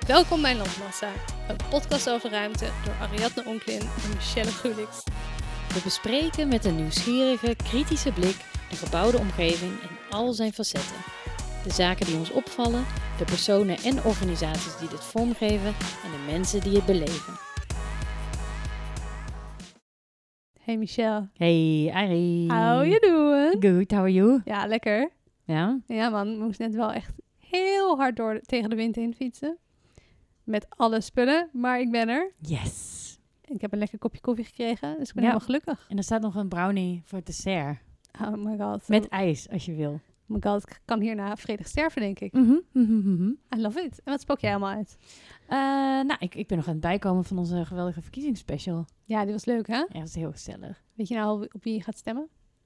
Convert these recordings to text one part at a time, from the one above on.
Welkom bij Landmassa, een podcast over ruimte door Ariadne Onklin en Michelle Gulix. We bespreken met een nieuwsgierige, kritische blik de gebouwde omgeving in al zijn facetten. De zaken die ons opvallen, de personen en organisaties die dit vormgeven en de mensen die het beleven. Hey Michelle. Hey Arie. How you doing? Good, how are you? Ja, lekker. Ja? Ja man, ik moest net wel echt heel hard tegen de wind heen fietsen. Met alle spullen, maar ik ben er. Yes. Ik heb een lekker kopje koffie gekregen, dus ik ben Ja. helemaal gelukkig. En er staat nog een brownie voor het dessert. Oh my god. Met ijs, als je wil. Oh my god, ik kan hierna vredig sterven, denk ik. I love it. En wat spook jij allemaal uit? Ik ben nog aan het bijkomen van onze geweldige verkiezingsspecial. Ja, die was leuk, hè? Ja, dat is heel gezellig. Weet je nou op wie je gaat stemmen?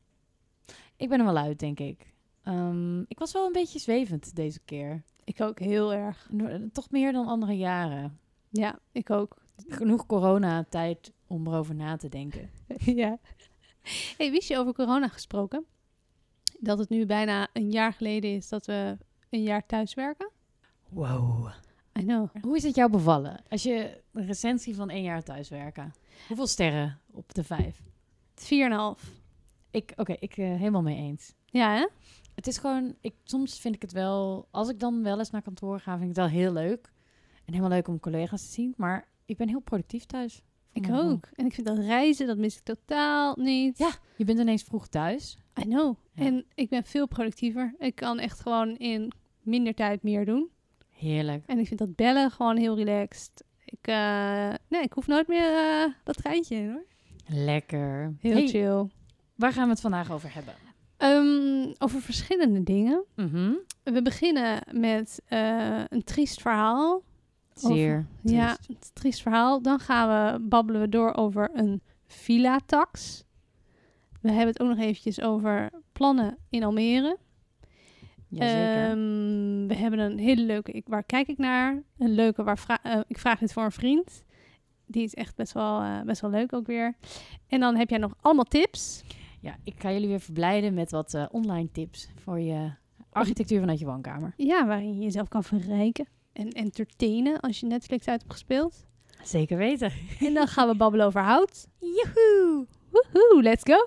Ik ben er wel uit, denk ik. Ik was wel een beetje zwevend deze keer. Ik ook, heel erg. Toch meer dan andere jaren. Ja, ik ook. Genoeg coronatijd om erover na te denken. Ja. Hey, wist je over corona gesproken? Dat het nu bijna een jaar geleden is dat we een jaar thuiswerken? Wow. I know. Hoe is het jou bevallen? Als je een recensie van 1 jaar thuiswerken. Hoeveel sterren op de 5? 4,5. Ik helemaal mee eens. Ja, hè? Het is gewoon, soms vind ik het wel, als ik dan wel eens naar kantoor ga, vind ik het wel heel leuk. En helemaal leuk om collega's te zien. Maar ik ben heel productief thuis. Ik ook. En ik vind dat reizen, dat mis ik totaal niet. Ja, je bent ineens vroeg thuis. I know. Ja. En ik ben veel productiever. Ik kan echt gewoon in minder tijd meer doen. Heerlijk. En ik vind dat bellen gewoon heel relaxed. Ik hoef nooit meer dat treintje in, hoor. Lekker. Heel Hey, chill. waar gaan we het vandaag over hebben? Over verschillende dingen. We beginnen met een triest verhaal. Zeer triest. Ja, een triest verhaal. Dan babbelen we door over een villa-tax. We hebben het ook nog eventjes over plannen in Almere. Jazeker. We hebben een hele leuke, waar kijk ik naar? Een leuke, ik vraag dit voor een vriend. Die is echt best wel leuk ook weer. En dan heb jij nog allemaal tips. Ja, ik ga jullie weer verblijden met wat online tips voor je architectuur vanuit je woonkamer. Ja, waarin je jezelf kan verrijken en entertainen als je Netflix uit hebt gespeeld. Zeker weten. En dan gaan we babbelen over hout. Joehoe! Woehoe, let's go!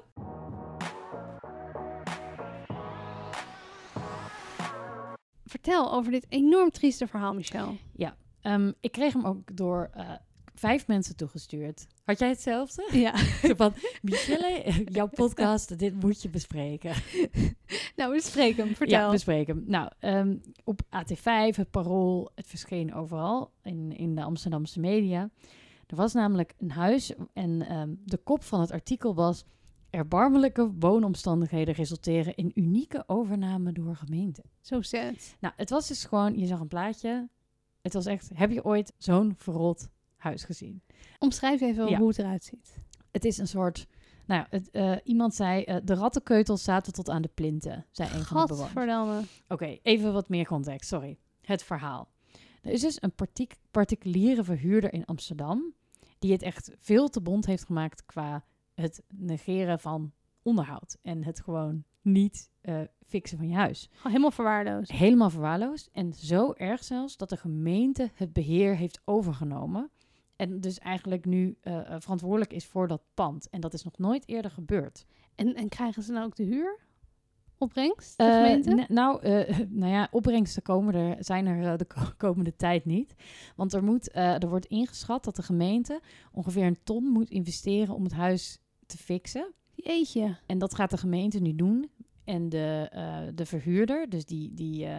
Vertel over dit enorm trieste verhaal, Michelle. Ja, ik kreeg hem ook door 5 mensen toegestuurd. Had jij hetzelfde? Ja. Zo van, Michelle, jouw podcast, dit moet je bespreken. Nou, bespreek hem. Vertel. Ja, bespreek hem. Nou, op AT5, het Parool, het verscheen overal in de Amsterdamse media. Er was namelijk een huis en de kop van het artikel was: erbarmelijke woonomstandigheden resulteren in unieke overname door gemeenten. Zo sad. Nou, het was dus gewoon, je zag een plaatje. Het was echt, heb je ooit zo'n verrot huis gezien? Omschrijf even Ja. hoe het eruit ziet. Het is een soort, iemand zei, de rattenkeutels zaten tot aan de plinten, zei een van de bewoners. Gadverdamme. Oké, even wat meer context, sorry. Het verhaal. Er is dus een particuliere verhuurder in Amsterdam die het echt veel te bont heeft gemaakt qua het negeren van onderhoud en het gewoon niet fixen van je huis. Gewoon helemaal verwaarloosd. Helemaal verwaarloosd en zo erg zelfs dat de gemeente het beheer heeft overgenomen en dus eigenlijk nu verantwoordelijk is voor dat pand. En dat is nog nooit eerder gebeurd. En krijgen ze nou ook de huur? Opbrengst? De gemeente? Opbrengsten zijn er de komende tijd niet. Want er wordt ingeschat dat de gemeente ongeveer 1 ton moet investeren om het huis te fixen. Jeetje. En dat gaat de gemeente nu doen. En de verhuurder, dus die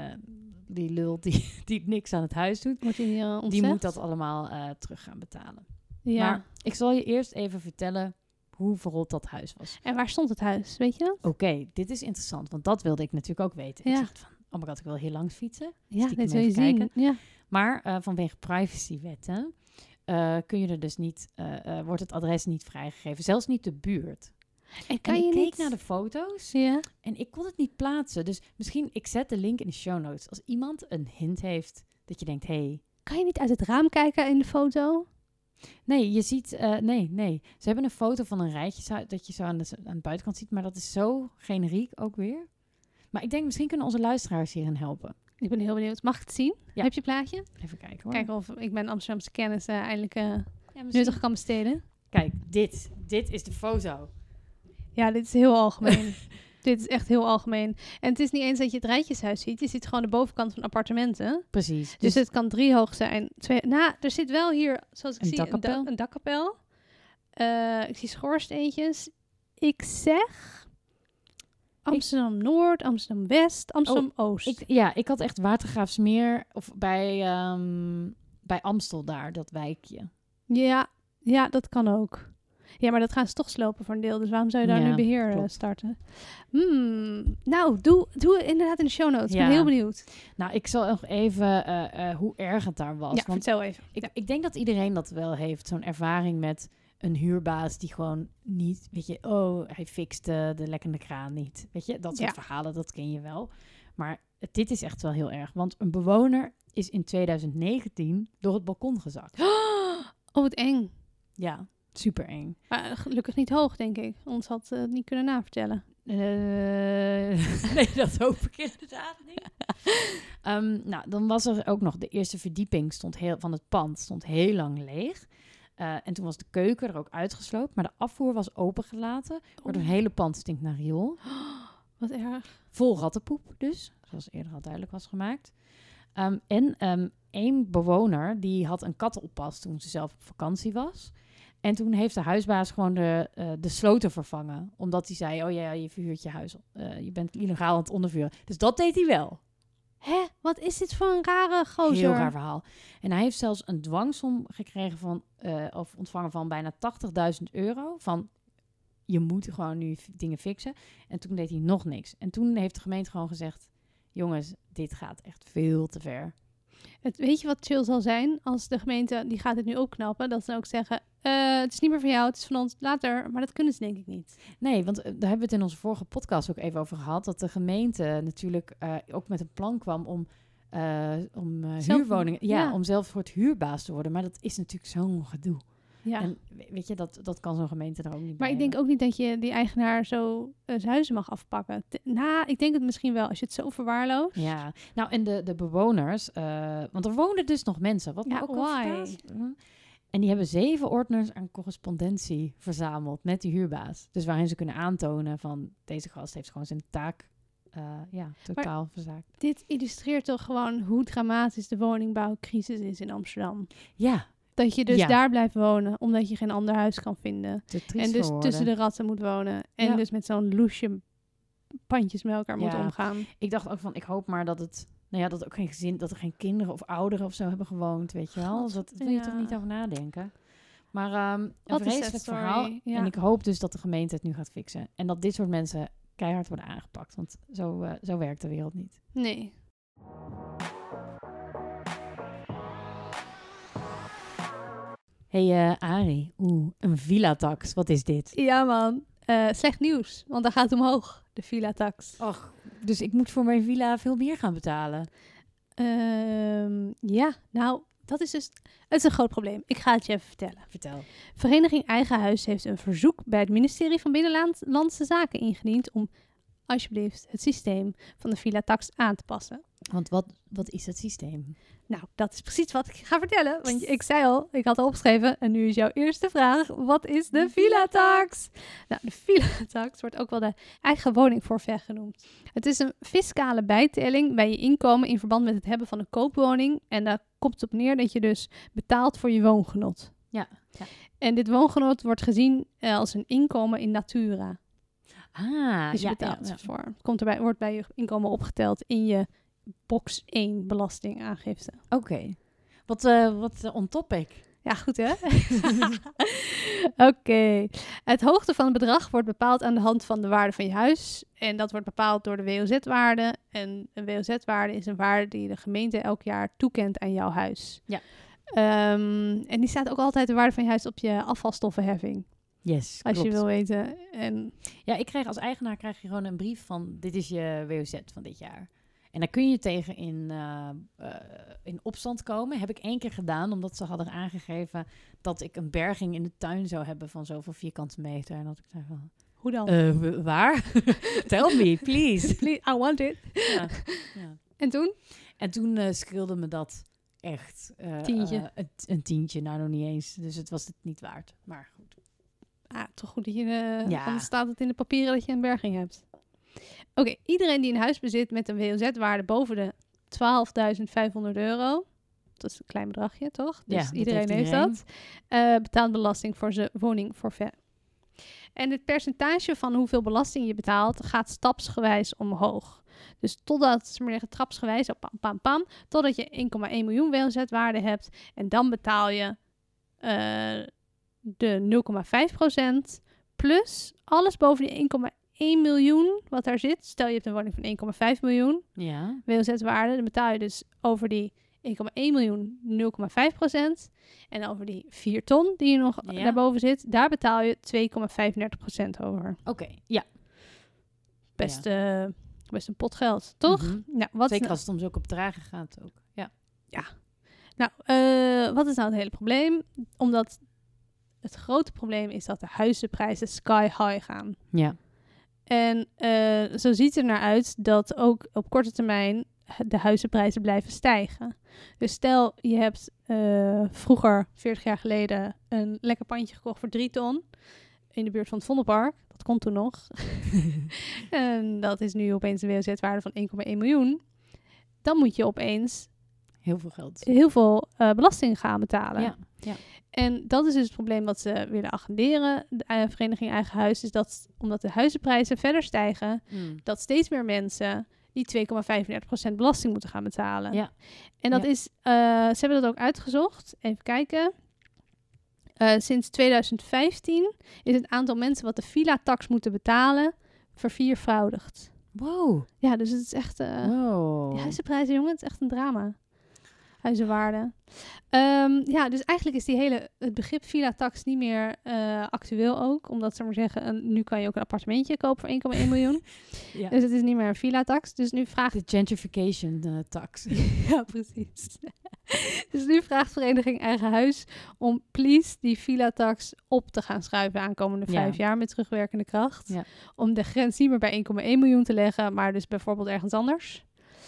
lul die niks aan het huis doet, Wordt die ontzegd? die moet dat allemaal terug gaan betalen. Ja. Maar ik zal je eerst even vertellen hoe verrot dat huis was. En waar stond het huis? Weet je dat? Oké, dit is interessant, want dat wilde ik natuurlijk ook weten. Ja. Ik dacht van, oh my god, ik wil heel langs fietsen. Ja, Stiekem dit wil je even zien. kijken. Ja. Maar vanwege privacywetten kun je er dus niet, wordt het adres niet vrijgegeven. Zelfs niet de buurt. En kan en je ik keek niet... naar de foto's Ja. en ik kon het niet plaatsen. Dus misschien, ik zet de link in de show notes. Als iemand een hint heeft dat je denkt, hey. Kan je niet uit het raam kijken in de foto? Nee, je ziet, nee. Ze hebben een foto van een rijtje dat je zo aan de buitenkant ziet. Maar dat is zo generiek ook weer. Maar ik denk, misschien kunnen onze luisteraars hierin helpen. Ik ben heel benieuwd. Mag ik het zien? Ja. Heb je een plaatje? Even kijken hoor. Kijken of ik mijn Amsterdamse kennis eindelijk Ja, misschien- nuttig kan besteden. Kijk, dit is de foto. Ja, dit is heel algemeen. Dit is echt heel algemeen. En het is niet eens dat je het rijtjeshuis ziet. Je ziet gewoon de bovenkant van appartementen. Precies. Dus het kan 3 hoog zijn. Er zit wel hier, zoals ik Een zie, dakkapel. een dakkapel. Ik zie schoorsteentjes. Ik zeg Amsterdam-Noord, Amsterdam-West, Amsterdam-Oost. Ik had echt Watergraafsmeer of bij Amstel daar, dat wijkje. Ja, dat kan ook. Ja, maar dat gaan ze toch slopen voor een deel. Dus waarom zou je daar Ja, nu beheer klopt. starten? Nou, doe inderdaad in de show notes. Ik Ja. ben heel benieuwd. Nou, ik zal nog even hoe erg het daar was. Ja, want vertel even. ik denk dat iedereen dat wel heeft. Zo'n ervaring met een huurbaas die gewoon niet, weet je, hij fixt de lekkende kraan niet. Weet je, dat soort verhalen, dat ken je wel. Maar dit is echt wel heel erg. Want een bewoner is in 2019 door het balkon gezakt. Oh, wat eng. Ja, super eng. Maar gelukkig niet hoog, denk ik. Anders had het niet kunnen navertellen. Nee, dat hoop ik inderdaad niet. Nou, dan was er ook nog de eerste verdieping van het pand stond heel lang leeg. En toen was de keuken er ook uitgesloopt, maar de afvoer was opengelaten, waardoor het hele pand stinkt naar riool. Wat erg. Vol rattenpoep dus, zoals eerder al duidelijk was gemaakt. Één bewoner die had een kattenoppas toen ze zelf op vakantie was. En toen heeft de huisbaas gewoon de sloten vervangen. Omdat hij zei, oh ja, je verhuurt je huis. Je bent illegaal aan het ondervuren. Dus dat deed hij wel. Hè? Wat is dit voor een rare gozer? Heel raar verhaal. En hij heeft zelfs een dwangsom gekregen of ontvangen van bijna €80.000. Van, je moet gewoon nu dingen fixen. En toen deed hij nog niks. En toen heeft de gemeente gewoon gezegd, jongens, dit gaat echt veel te ver. Weet je wat chill zal zijn? Als de gemeente, die gaat het nu opknappen, dat ze ook zeggen, het is niet meer van jou, het is van ons, later. Maar dat kunnen ze denk ik niet. Nee, want daar hebben we het in onze vorige podcast ook even over gehad. Dat de gemeente natuurlijk ook met een plan kwam om huurwoningen... Ja, om zelf voor het huurbaas te worden. Maar dat is natuurlijk zo'n gedoe. Ja. En weet je, dat kan zo'n gemeente er ook niet bij Maar ik denk ook niet dat je die eigenaar zo zijn huizen mag afpakken. Ik denk het misschien wel, als je het zo verwaarloost. Ja, nou en de bewoners... want er woonden dus nog mensen. Wat me ook al why? verbaast. En die hebben 7 ordners aan correspondentie verzameld met die huurbaas. Dus waarin ze kunnen aantonen van, deze gast heeft gewoon zijn taak totaal verzaakt. Dit illustreert toch gewoon hoe dramatisch de woningbouwcrisis is in Amsterdam. Ja. Dat je dus daar blijft wonen, omdat je geen ander huis kan vinden. En dus tussen de ratten moet wonen. En dus met zo'n loesje pandjes met elkaar moet omgaan. Ik dacht ook van, ik hoop maar dat het... Nou ja, dat ook geen gezin, dat er geen kinderen of ouderen of zo hebben gewoond, weet je wel. Dat wil je toch niet over nadenken. Maar een vreselijk verhaal. Ja. En ik hoop dus dat de gemeente het nu gaat fixen. En dat dit soort mensen keihard worden aangepakt. Want zo werkt de wereld niet. Nee. Hey Arie, een villa-tax, wat is dit? Ja man, slecht nieuws, want dan gaat het omhoog, de villa-tax. Och, dus ik moet voor mijn villa veel meer gaan betalen? Dat is dus... Het is een groot probleem. Ik ga het je even vertellen. Vertel. Vereniging Eigen Huis heeft een verzoek bij het ministerie van Binnenlandse Zaken ingediend om alsjeblieft het systeem van de villa-tax aan te passen. Want wat is het systeem? Nou, dat is precies wat ik ga vertellen. Want ik zei al, ik had al opgeschreven. En nu is jouw eerste vraag. Wat is de villa-tax? Nou, de villa-tax wordt ook wel de eigen woningforfait genoemd. Het is een fiscale bijtelling bij je inkomen in verband met het hebben van een koopwoning. En daar komt het op neer dat je dus betaalt voor je woongenot. Ja. En dit woongenot wordt gezien als een inkomen in natura. Dus je betaalt voor. Wordt bij je inkomen opgeteld in je box 1 belastingaangifte. Oké. Wat on topic. Ja, goed hè? Oké. Het hoogte van het bedrag wordt bepaald aan de hand van de waarde van je huis. En dat wordt bepaald door de WOZ-waarde. En een WOZ-waarde is een waarde die de gemeente elk jaar toekent aan jouw huis. Ja. En die staat ook altijd de waarde van je huis op je afvalstoffenheffing. Yes, als klopt. je wil weten. En... Ja, als eigenaar krijg je gewoon een brief van, dit is je WOZ van dit jaar. En dan kun je tegen in opstand komen. Heb ik 1 keer gedaan, omdat ze hadden aangegeven dat ik een berging in de tuin zou hebben van zoveel vierkante meter. En dat ik zei van... Hoe dan? Waar? Tell me, please. I want it. Ja. En toen? En toen scheelde me dat echt Tientje. Een tientje, nou nog niet eens. Dus het was het niet waard. Maar goed. Toch goed dat je... Ja. Anders staat het in de papieren dat je een berging hebt. Oké, iedereen die een huis bezit met een WOZ-waarde boven de €12.500... Dat is een klein bedragje, toch? Dus Ja, dat iedereen heeft dat. Betaalt belasting voor zijn woningforfait. En het percentage van hoeveel belasting je betaalt gaat stapsgewijs omhoog. Dus totdat, ze maar zeggen, trapsgewijs, pam, pam, pam, totdat je 1,1 miljoen WOZ-waarde hebt. En dan betaal je de 0,5% plus alles boven die 1,1 miljoen wat daar zit. Stel je hebt een woning van 1,5 miljoen Ja. WOZ-waarde, dan betaal je dus over die 1,1 miljoen 0,5%. En over die 4 ton die je nog daarboven zit, daar betaal je 2,35% over. Oké, ja. Best een pot geld, toch? Mhm. Nou, Zeker als het soms ook op dragen gaat ook. Ja. Nou, wat is nou het hele probleem? Omdat het grote probleem is dat de huizenprijzen sky high gaan. Ja. En zo ziet het er naar uit dat ook op korte termijn de huizenprijzen blijven stijgen. Dus stel, je hebt vroeger, 40 jaar geleden, een lekker pandje gekocht voor 3 ton in de buurt van het Vondelpark. Dat kon toen nog. En dat is nu opeens een WOZ-waarde van 1,1 miljoen. Dan moet je opeens heel veel geld. Heel veel belasting gaan betalen. Ja. En dat is dus het probleem wat ze willen agenderen. De vereniging Eigen Huis is dat, omdat de huizenprijzen verder stijgen, dat steeds meer mensen die 2,35% belasting moeten gaan betalen. Ja. En dat is, ze hebben dat ook uitgezocht. Even kijken. Sinds 2015 is het aantal mensen wat de villa-tax moeten betalen verviervoudigd. Wow. Ja, dus het is echt... wow. Die huizenprijzen, jongen, het is echt een drama. Huizenwaarde. Dus eigenlijk is het begrip villa-tax niet meer actueel ook. Omdat ze maar zeggen, nu kan je ook een appartementje kopen voor 1,1 miljoen. Ja. Dus het is niet meer een villa-tax. Dus nu vraagt... De gentrification tax. Ja, precies. Dus nu vraagt Vereniging Eigen Huis om please die villa-tax op te gaan schuiven aankomende 5 jaar met terugwerkende kracht. Ja. Om de grens niet meer bij 1,1 miljoen te leggen, maar dus bijvoorbeeld ergens anders.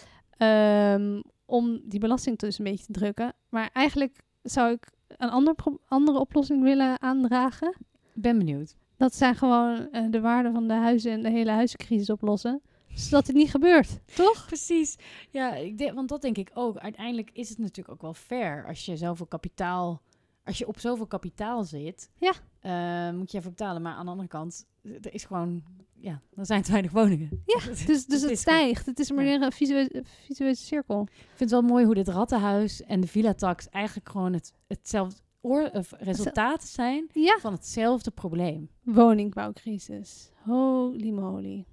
Om die belasting dus een beetje te drukken. Maar eigenlijk zou ik een andere oplossing willen aandragen. Ben benieuwd. Dat zijn gewoon de waarde van de huizen en de hele huizencrisis oplossen. Zodat het niet gebeurt, toch? Precies. Ja, want dat denk ik ook. Uiteindelijk is het natuurlijk ook wel fair als je op zoveel kapitaal zit. Ja. Moet je even betalen. Maar aan de andere kant, er is gewoon, er zijn te weinig woningen. Ja, dus het stijgt. Het is maar weer een visueuze cirkel. Ik vind het wel mooi hoe dit rattenhuis en de villa-tax eigenlijk gewoon hetzelfde resultaat zijn van hetzelfde probleem. Woningbouwcrisis. Holy moly.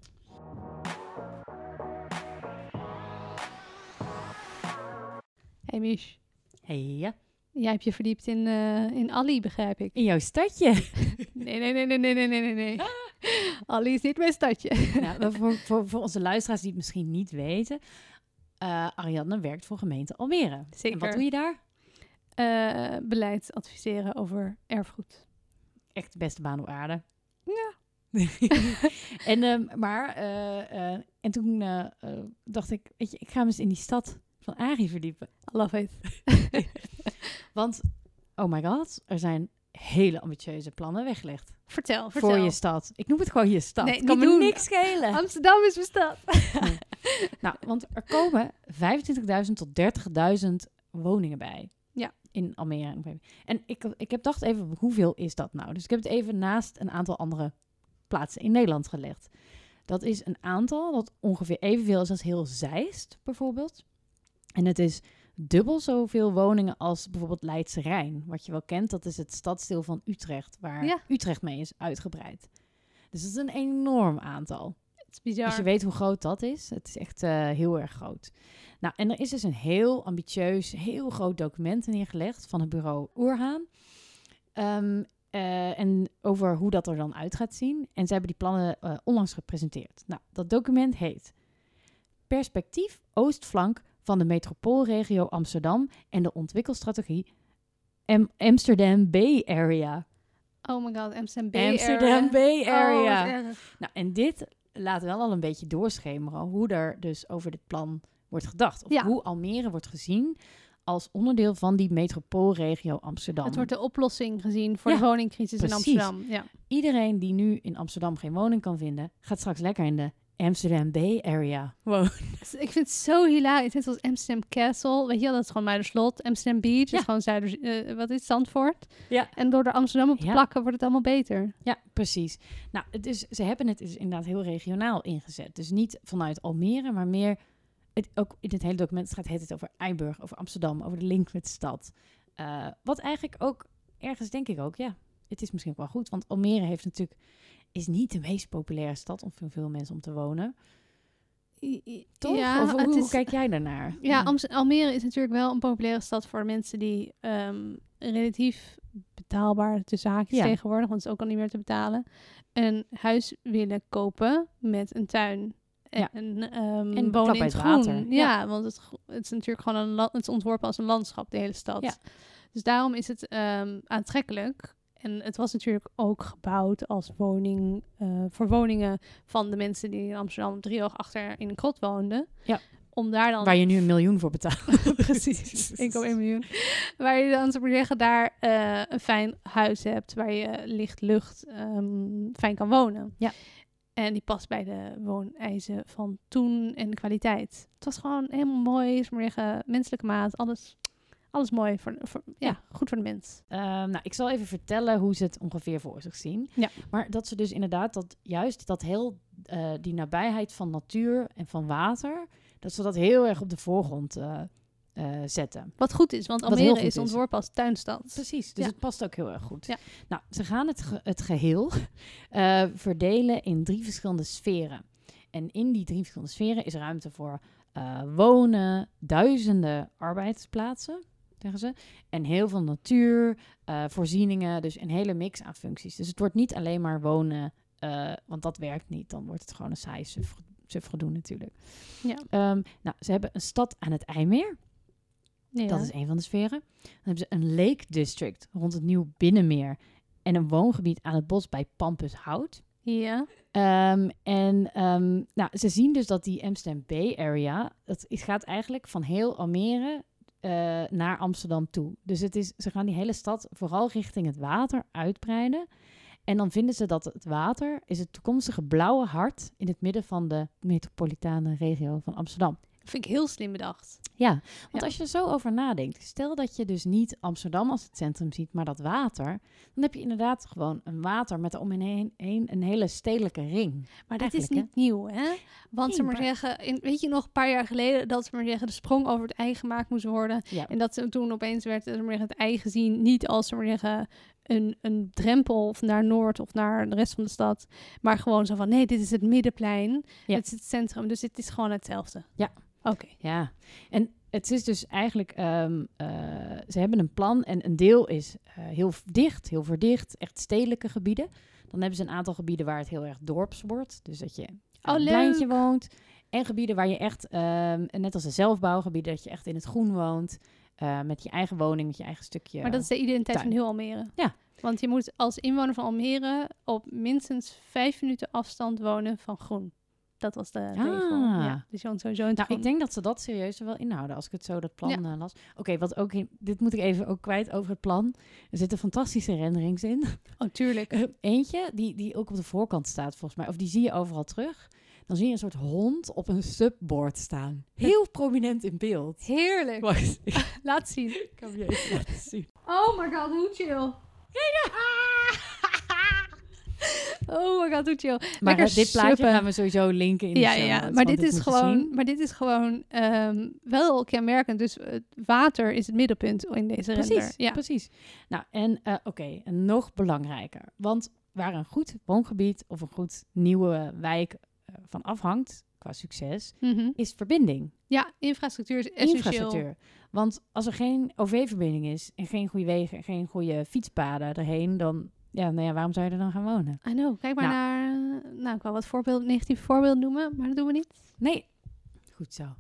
Hey Mich. Hey, ja. Jij hebt je verdiept in Ali, begrijp ik. In jouw stadje. Nee. Ali is niet mijn stadje. Nou, voor onze luisteraars die het misschien niet weten. Ariadne werkt voor gemeente Almere. Zeker. En wat doe je daar? Beleid adviseren over erfgoed. Echt de beste baan op aarde. Ja. En toen dacht ik, weet je, ik ga me eens in die stad van Arie verdiepen. I love it. Want, oh my god, er zijn hele ambitieuze plannen weggelegd. Vertel. Voor je stad. Ik noem het gewoon je stad. Nee, kan me niks schelen. Amsterdam is mijn stad. Nee. Nou, want er komen 25.000 tot 30.000 woningen bij. Ja. In Almere. En ik heb dacht even, hoeveel is dat nou? Dus ik heb het even naast een aantal andere plaatsen in Nederland gelegd. Dat is een aantal dat ongeveer evenveel is als heel Zeist, bijvoorbeeld. En het is dubbel zoveel woningen als bijvoorbeeld Leidse Rijn. Wat je wel kent, dat is het stadsdeel van Utrecht, waar Utrecht mee is uitgebreid. Dus dat is een enorm aantal. Het is bizar. Als je weet hoe groot dat is, het is echt heel erg groot. Nou, en er is dus een heel ambitieus, heel groot document neergelegd van het bureau Oerhaan. En over hoe dat er dan uit gaat zien. En ze hebben die plannen onlangs gepresenteerd. Nou, dat document heet Perspectief Oostflank van de metropoolregio Amsterdam en de ontwikkelstrategie Amsterdam Bay Area. Oh my god, Amsterdam Bay Area. Oh, nou, en dit laat wel al een beetje doorschemeren hoe er dus over dit plan wordt gedacht. Of hoe Almere wordt gezien als onderdeel van die metropoolregio Amsterdam. Het wordt de oplossing gezien voor de woningcrisis in Amsterdam. Ja. Iedereen die nu in Amsterdam geen woning kan vinden, gaat straks lekker in de Amsterdam Bay Area wonen. Ik vind het zo hilarisch. Net zoals Amsterdam Castle. Weet je wel, dat is gewoon Muiderslot. Amsterdam Beach is gewoon wat is het, Zandvoort. Ja. En door er Amsterdam op te plakken wordt het allemaal beter. Ja, precies. Nou, ze hebben het dus inderdaad heel regionaal ingezet. Dus niet vanuit Almere, maar meer... ook in het hele document gaat het over Eiburg, over Amsterdam, over de link met de stad. Wat eigenlijk ook ergens denk ik ook, het is misschien ook wel goed. Want Almere is niet de meest populaire stad om voor veel mensen om te wonen. Toch? Ja, of hoe kijk jij daarnaar? Ja, Almere is natuurlijk wel een populaire stad voor mensen die relatief betaalbaar tussen haakjes tegenwoordig, want het is ook al niet meer te betalen, een huis willen kopen met een tuin. En wonen in het groen. Water. Ja, want het is natuurlijk gewoon het is ontworpen als een landschap, de hele stad. Ja. Dus daarom is het aantrekkelijk. En het was natuurlijk ook gebouwd als woning voor woningen van de mensen die in Amsterdam driehoog achter in een krot woonden. Ja. Om daar dan... Waar je nu 1 miljoen voor betaalt. Precies, 1,1 miljoen. Waar je dan, zou ik zeggen, daar een fijn huis hebt, waar je licht lucht fijn kan wonen. Ja. En die past bij de wooneisen van toen en de kwaliteit. Het was gewoon helemaal mooi, menselijke maat, alles mooi, goed voor de mens. Nou, ik zal even vertellen hoe ze het ongeveer voor zich zien. Ja. Maar dat ze dus inderdaad die nabijheid van natuur en van water, dat ze dat heel erg op de voorgrond zetten. Wat goed is, want Almere is ontworpen als tuinstad. Precies, dus het past ook heel erg goed. Ja. Nou, ze gaan het geheel verdelen in 3 verschillende sferen. En in die 3 verschillende sferen is ruimte voor wonen, duizenden arbeidsplaatsen, zeggen ze. En heel veel natuur, voorzieningen, dus een hele mix aan functies. Dus het wordt niet alleen maar wonen, want dat werkt niet. Dan wordt het gewoon een saai suf gedoe natuurlijk. Ja. Nou, ze hebben een stad aan het IJmeer. Ja. Dat is een van de sferen. Dan hebben ze een Lake District rond het Nieuw Binnenmeer en een woongebied aan het bos bij Pampushout. Ja. Nou, ze zien dus dat die Amsterdam Bay Area, het gaat eigenlijk van heel Almere naar Amsterdam toe. Dus ze gaan die hele stad vooral richting het water uitbreiden. En dan vinden ze dat het water is het toekomstige blauwe hart in het midden van de metropolitane regio van Amsterdam. Dat vind ik heel slim bedacht. Ja, want als je er zo over nadenkt, stel dat je dus niet Amsterdam als het centrum ziet, maar dat water, dan heb je inderdaad gewoon een water met omheen een hele stedelijke ring. Maar dat is niet nieuw, hè? Want ze maar zeggen, weet je nog een paar jaar geleden dat ze maar zeggen de sprong over het ei gemaakt moest worden. Ja. En dat ze toen opeens werd het ei gezien niet als ze maar zeggen een drempel of naar Noord of naar de rest van de stad, maar gewoon zo van nee, dit is het middenplein, dit is het centrum, dus het is gewoon hetzelfde. Ja. Oké. Ja, en het is dus eigenlijk, ze hebben een plan en een deel is heel verdicht, echt stedelijke gebieden. Dan hebben ze een aantal gebieden waar het heel erg dorps wordt, dus dat je aan een pleintje woont. En gebieden waar je echt, net als de zelfbouwgebieden, dat je echt in het groen woont, met je eigen woning, met je eigen stukje. Maar dat is de identiteit van heel Almere. Ja. Want je moet als inwoner van Almere op minstens 5 minuten afstand wonen van groen. Dat was de regel. Ja, dus je woont sowieso in het groen. Ik denk dat ze dat serieus wel inhouden, als ik het zo dat plan las. Oké, wat ook dit moet ik even ook kwijt over het plan. Er zitten fantastische renderings in. Oh, tuurlijk. Eentje, die ook op de voorkant staat volgens mij, of die zie je overal terug. Dan zie je een soort hond op een subbord staan. Heel prominent in beeld. Heerlijk. Wacht. Laat zien. Ik kan je even laten zien. Oh my god, hoe chill. Kijk Oh my god, hoe chill. Maar dit plaatje gaan we sowieso linken in de show notes. Ja, maar dit is gewoon wel kenmerkend. Dus het water is het middelpunt in deze render. Ja, precies. Nou, en en nog belangrijker. Want waar een goed woongebied of een goed nieuwe wijk van afhangt, qua succes, is verbinding. Ja, infrastructuur is essentieel. Want als er geen OV-verbinding is en geen goede wegen en geen goede fietspaden erheen, dan waarom zou je er dan gaan wonen? I know. Kijk maar naar... ik wil wat negatieve voorbeelden noemen, maar dat doen we niet. Nee. Goed zo.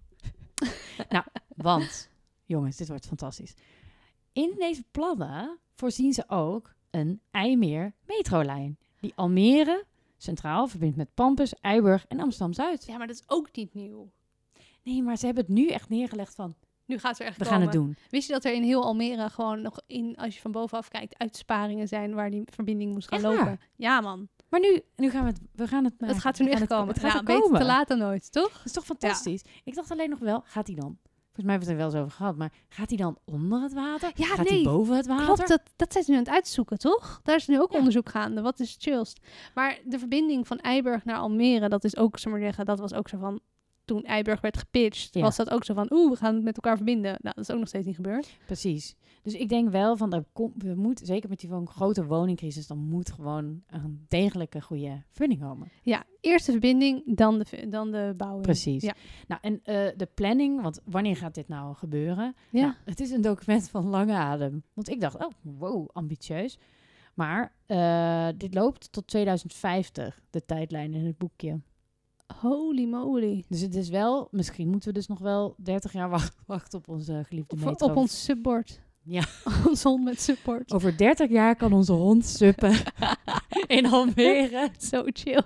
Want, jongens, dit wordt fantastisch. In deze plannen voorzien ze ook een IJmeer metrolijn. Die Almere centraal verbindt met Pampus, Eiburg en Amsterdam-Zuid. Ja, maar dat is ook niet nieuw. Nee, maar ze hebben het nu echt neergelegd van, Nu gaat ze er echt we komen. gaan het doen. Wist je dat er in heel Almere gewoon nog als je van bovenaf kijkt, uitsparingen zijn waar die verbinding moest gaan Echt lopen? waar? Ja, man. Maar nu gaan we gaan het maken. Het gaat er nu echt komen. Het gaat er beter komen. te laat dan nooit, toch? Dat is toch fantastisch? Ik dacht alleen nog wel, gaat hij dan? Volgens mij hebben we het er wel eens over gehad, maar gaat hij dan onder het water? Ja, gaat nee. hij boven het water? Klopt, dat zijn ze nu aan het uitzoeken, toch? Daar is nu ook Ja. onderzoek gaande. Wat is chillst? Maar de verbinding van Eiburg naar Almere, dat is ook, zullen we maar zeggen, dat was ook zo van, toen Eiburg werd gepitcht, Ja. was dat ook zo van, we gaan het met elkaar verbinden. Nou, dat is ook nog steeds niet gebeurd. Precies. Dus ik denk wel van, we moeten, zeker met die grote woningcrisis, dan moet gewoon een degelijke goede verbinding komen. Ja, eerst de verbinding, dan de bouwing. Precies. Ja. Nou, en de planning, want wanneer gaat dit nou gebeuren? Ja. Nou, het is een document van lange adem. Want ik dacht, oh, wow, ambitieus. Maar dit loopt tot 2050, de tijdlijn in het boekje. Holy moly. Dus het is wel, misschien moeten we dus nog wel 30 jaar wachten op onze geliefde metro. Op ons support. Ja. Ons hond met support. Over 30 jaar kan onze hond suppen in Almere. Zo chill.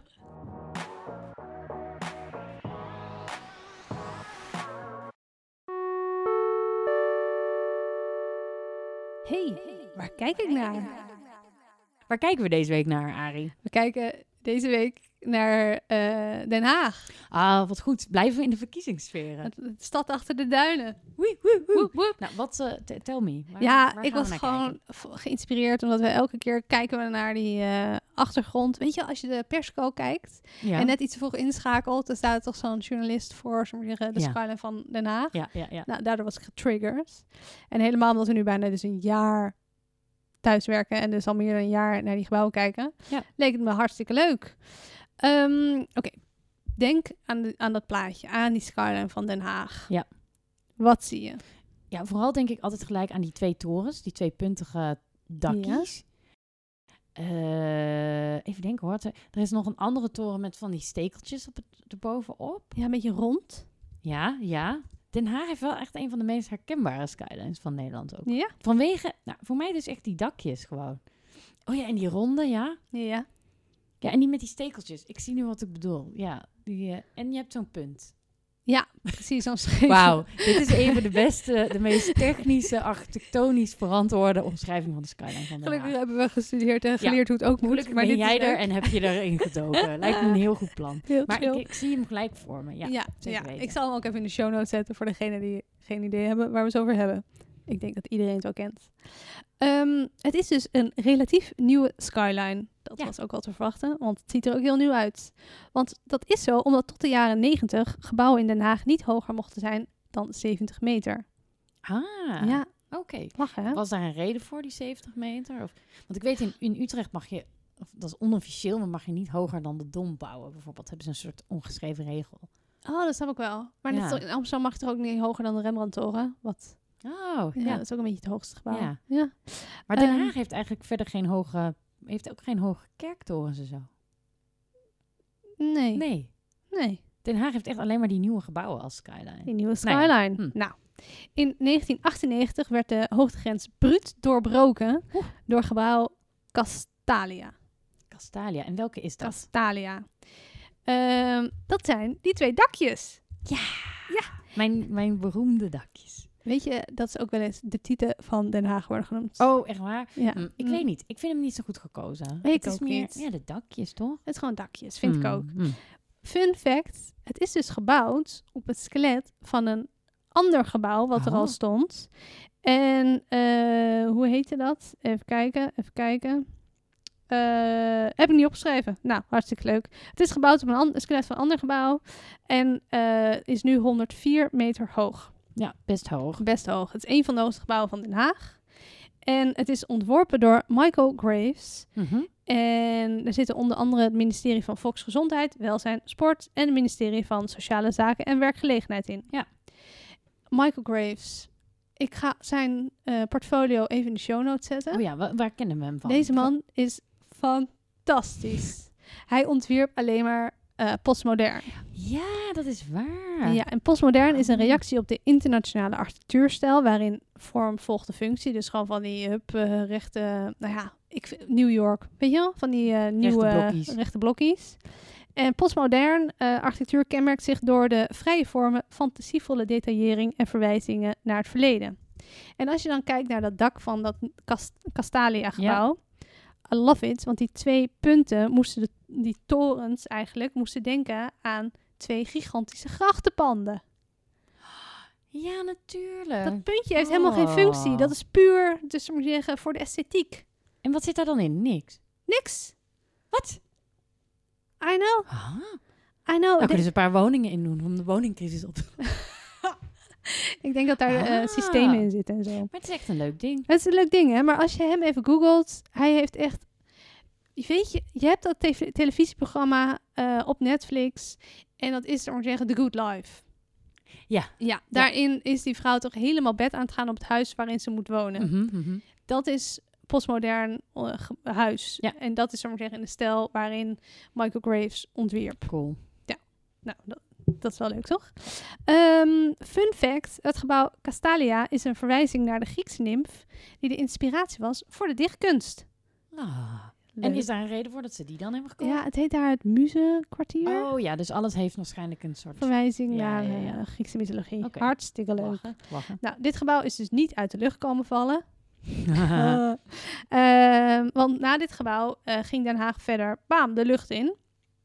Hey, waar kijk ik naar? Waar kijken we deze week naar, Arie? We kijken deze week naar Den Haag. Ah, wat goed. Blijven we in de verkiezingssferen. Het stad achter de duinen. Woe, woe, woe. Woep, woep. Nou, wat, tell me. Waar Ja, ik gaan we was naar gewoon kijken? geïnspireerd, omdat we elke keer kijken we naar die achtergrond. Weet je, als je de persco kijkt Ja. en net iets te vroeg inschakelt, dan staat er toch zo'n journalist voor, zullen we zeggen, de Ja. skyline van Den Haag. Ja. Nou, daardoor was ik getriggerd. En helemaal omdat we nu bijna dus een jaar thuiswerken en dus al meer dan een jaar naar die gebouwen kijken, Ja. leek het me hartstikke leuk. Oké, denk aan dat plaatje, aan die skyline van Den Haag. Ja. Wat zie je? Ja, vooral denk ik altijd gelijk aan die 2 torens, die 2 puntige dakjes. Even denken hoor. Er is nog een andere toren met van die stekeltjes erbovenop. Ja, een beetje rond. Ja. Den Haag heeft wel echt een van de meest herkenbare skylines van Nederland ook. Ja. Vanwege, nou, voor mij dus echt die dakjes gewoon. Oh ja, en die ronde, ja. Ja. Ja, en die met die stekeltjes. Ik zie nu wat ik bedoel. Ja, en je hebt zo'n punt. Ja, precies, zo'n scheef. Wauw, dit is even de beste, de meest technische, architectonisch verantwoorde omschrijving van de skyline van Den Gelukkig Haag. hebben we gestudeerd en geleerd hoe het ook moet. Gelukkig maar ben dit jij is er leuk. en heb je erin gedoken. Lijkt me een heel goed plan. Heel Maar chill. ik zie hem gelijk voor me. Ja, zeker weten. Ik zal hem ook even in de show notes zetten voor degenen die geen idee hebben waar we het over hebben. Ik denk dat iedereen het wel kent. Het is dus een relatief nieuwe skyline. Dat Ja. was ook wel te verwachten, want het ziet er ook heel nieuw uit. Want dat is zo omdat tot de jaren 90 gebouwen in Den Haag niet hoger mochten zijn dan 70 meter. Ah, Ja, oké. lachen hè? Was daar een reden voor, die 70 meter? Of, want ik weet, in Utrecht mag je, of dat is onofficieel, maar mag je niet hoger dan de Dom bouwen. Bijvoorbeeld hebben ze een soort ongeschreven regel. Oh, dat snap ik wel. Maar Ja. in Amsterdam mag je toch ook niet hoger dan de Rembrandttoren? Wat? Oh, Ja, ja. dat is ook een beetje het hoogste gebouw. Ja. Ja. Maar Den Ehm, Haag heeft eigenlijk verder heeft ook geen hoge kerktorens en zo. Nee. Nee. Den Haag heeft echt alleen maar die nieuwe gebouwen als skyline. Die nieuwe Nou ja, skyline. Nou, in 1998 werd de hoogtegrens bruut doorbroken door gebouw Castalia. Castalia. En welke is dat? Castalia. Dat zijn die 2 dakjes. Mijn beroemde dakjes. Weet je, dat is ook wel eens de titel van Den Haag worden genoemd. Oh, echt waar? Ja. Ik weet niet. Ik vind hem niet zo goed gekozen. Weet Het is ook meer, niet. ja, de dakjes, toch? Het is gewoon dakjes, vind ik ook. Mm. Fun fact, het is dus gebouwd op het skelet van een ander gebouw wat er al Oh. stond. En hoe heette dat? Even kijken. Heb ik niet opgeschreven. Nou, hartstikke leuk. Het is gebouwd op een skelet van een ander gebouw. En is nu 104 meter hoog. Ja, best hoog. Best hoog. Het is een van de hoogste gebouwen van Den Haag. En het is ontworpen door Michael Graves. Mhm. En er zitten onder andere het ministerie van Volksgezondheid, Welzijn, Sport en het ministerie van Sociale Zaken en Werkgelegenheid in. Ja. Michael Graves. Ik ga zijn portfolio even in de show notes zetten. Oh ja, waar kennen we hem van? Deze man is fantastisch. Hij ontwierp alleen maar postmodern. Ja, dat is waar. Ja, en postmodern is een reactie op de internationale architectuurstijl, waarin vorm volgt de functie. Dus gewoon van die rechte, New York, weet je wel? Van die nieuwe blokjes. rechte blokjes. En postmodern architectuur kenmerkt zich door de vrije vormen, fantasievolle detaillering en verwijzingen naar het verleden. En als je dan kijkt naar dat dak van dat Castalia-gebouw, I love it, want die 2 punten die torens eigenlijk, moesten denken aan 2 gigantische grachtenpanden. Ja, natuurlijk. Dat puntje heeft helemaal geen functie. Dat is puur, dus moet je zeggen, voor de esthetiek. En wat zit daar dan in? Niks. Niks. Wat? I know. Ah. I know. Daar kunnen ze een paar woningen in doen om de woningcrisis op te... Ik denk dat daar systemen in zitten en zo. Maar het is echt een leuk ding. Het is een leuk ding, hè? Maar als je hem even googelt, hij heeft echt... Weet je hebt dat televisieprogramma op Netflix en dat is, om te zeggen, The Good Life. Ja, daarin is die vrouw toch helemaal bed aan het gaan op het huis waarin ze moet wonen. Dat is postmodern huis. Ja. En dat is, om te zeggen, in de stijl waarin Michael Graves ontwierp. Cool. Ja, nou, dat is wel leuk, toch? Fun fact, het gebouw Castalia is een verwijzing naar de Griekse nimf die de inspiratie was voor de dichtkunst. En is daar een reden voor dat ze die dan hebben gekozen? Ja, het heet daar het Muzekwartier. Oh ja, dus alles heeft waarschijnlijk een soort... verwijzing naar Griekse mythologie. Okay. Hartstikke leuk. Lachen. Nou, dit gebouw is dus niet uit de lucht komen vallen. Want na dit gebouw ging Den Haag verder, bam, de lucht in.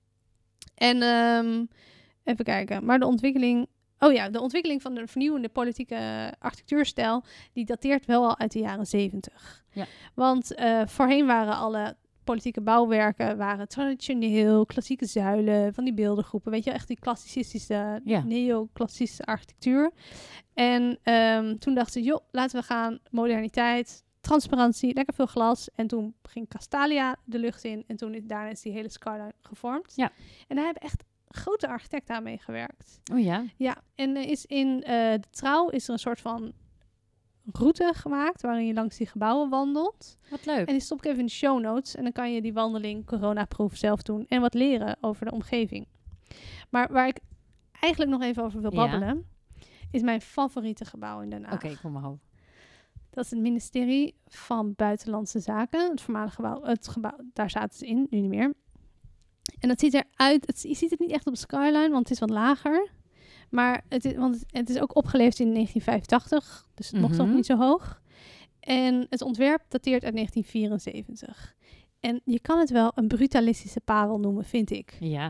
En even kijken. Maar de ontwikkeling van de vernieuwende politieke architectuurstijl, die dateert wel al uit de jaren 70. Ja. Want voorheen waren alle politieke bouwwerken traditioneel, klassieke zuilen, van die beeldengroepen. Weet je, echt die klassicistische, neoclassische architectuur. En toen dachten ze, laten we gaan moderniteit, transparantie, lekker veel glas. En toen ging Castalia de lucht in en daarna is die hele skyline gevormd. Ja. En daar hebben echt grote architecten aan meegewerkt. Oh ja? Ja, en is in de Trouw is er een soort van route gemaakt waarin je langs die gebouwen wandelt. Wat leuk. En die stop ik even in de show notes en dan kan je die wandeling coronaproof zelf doen en wat leren over de omgeving. Maar waar ik eigenlijk nog even over wil babbelen, is mijn favoriete gebouw in Den Haag. Oké, kom maar op. Dat is het ministerie van Buitenlandse Zaken. Het voormalige gebouw, daar zaten ze in, nu niet meer. En dat ziet eruit, je ziet het niet echt op de skyline, want het is wat lager. Maar het is ook opgeleverd in 1985, dus het mocht nog niet zo hoog. En het ontwerp dateert uit 1974. En je kan het wel een brutalistische parel noemen, vind ik. Ja.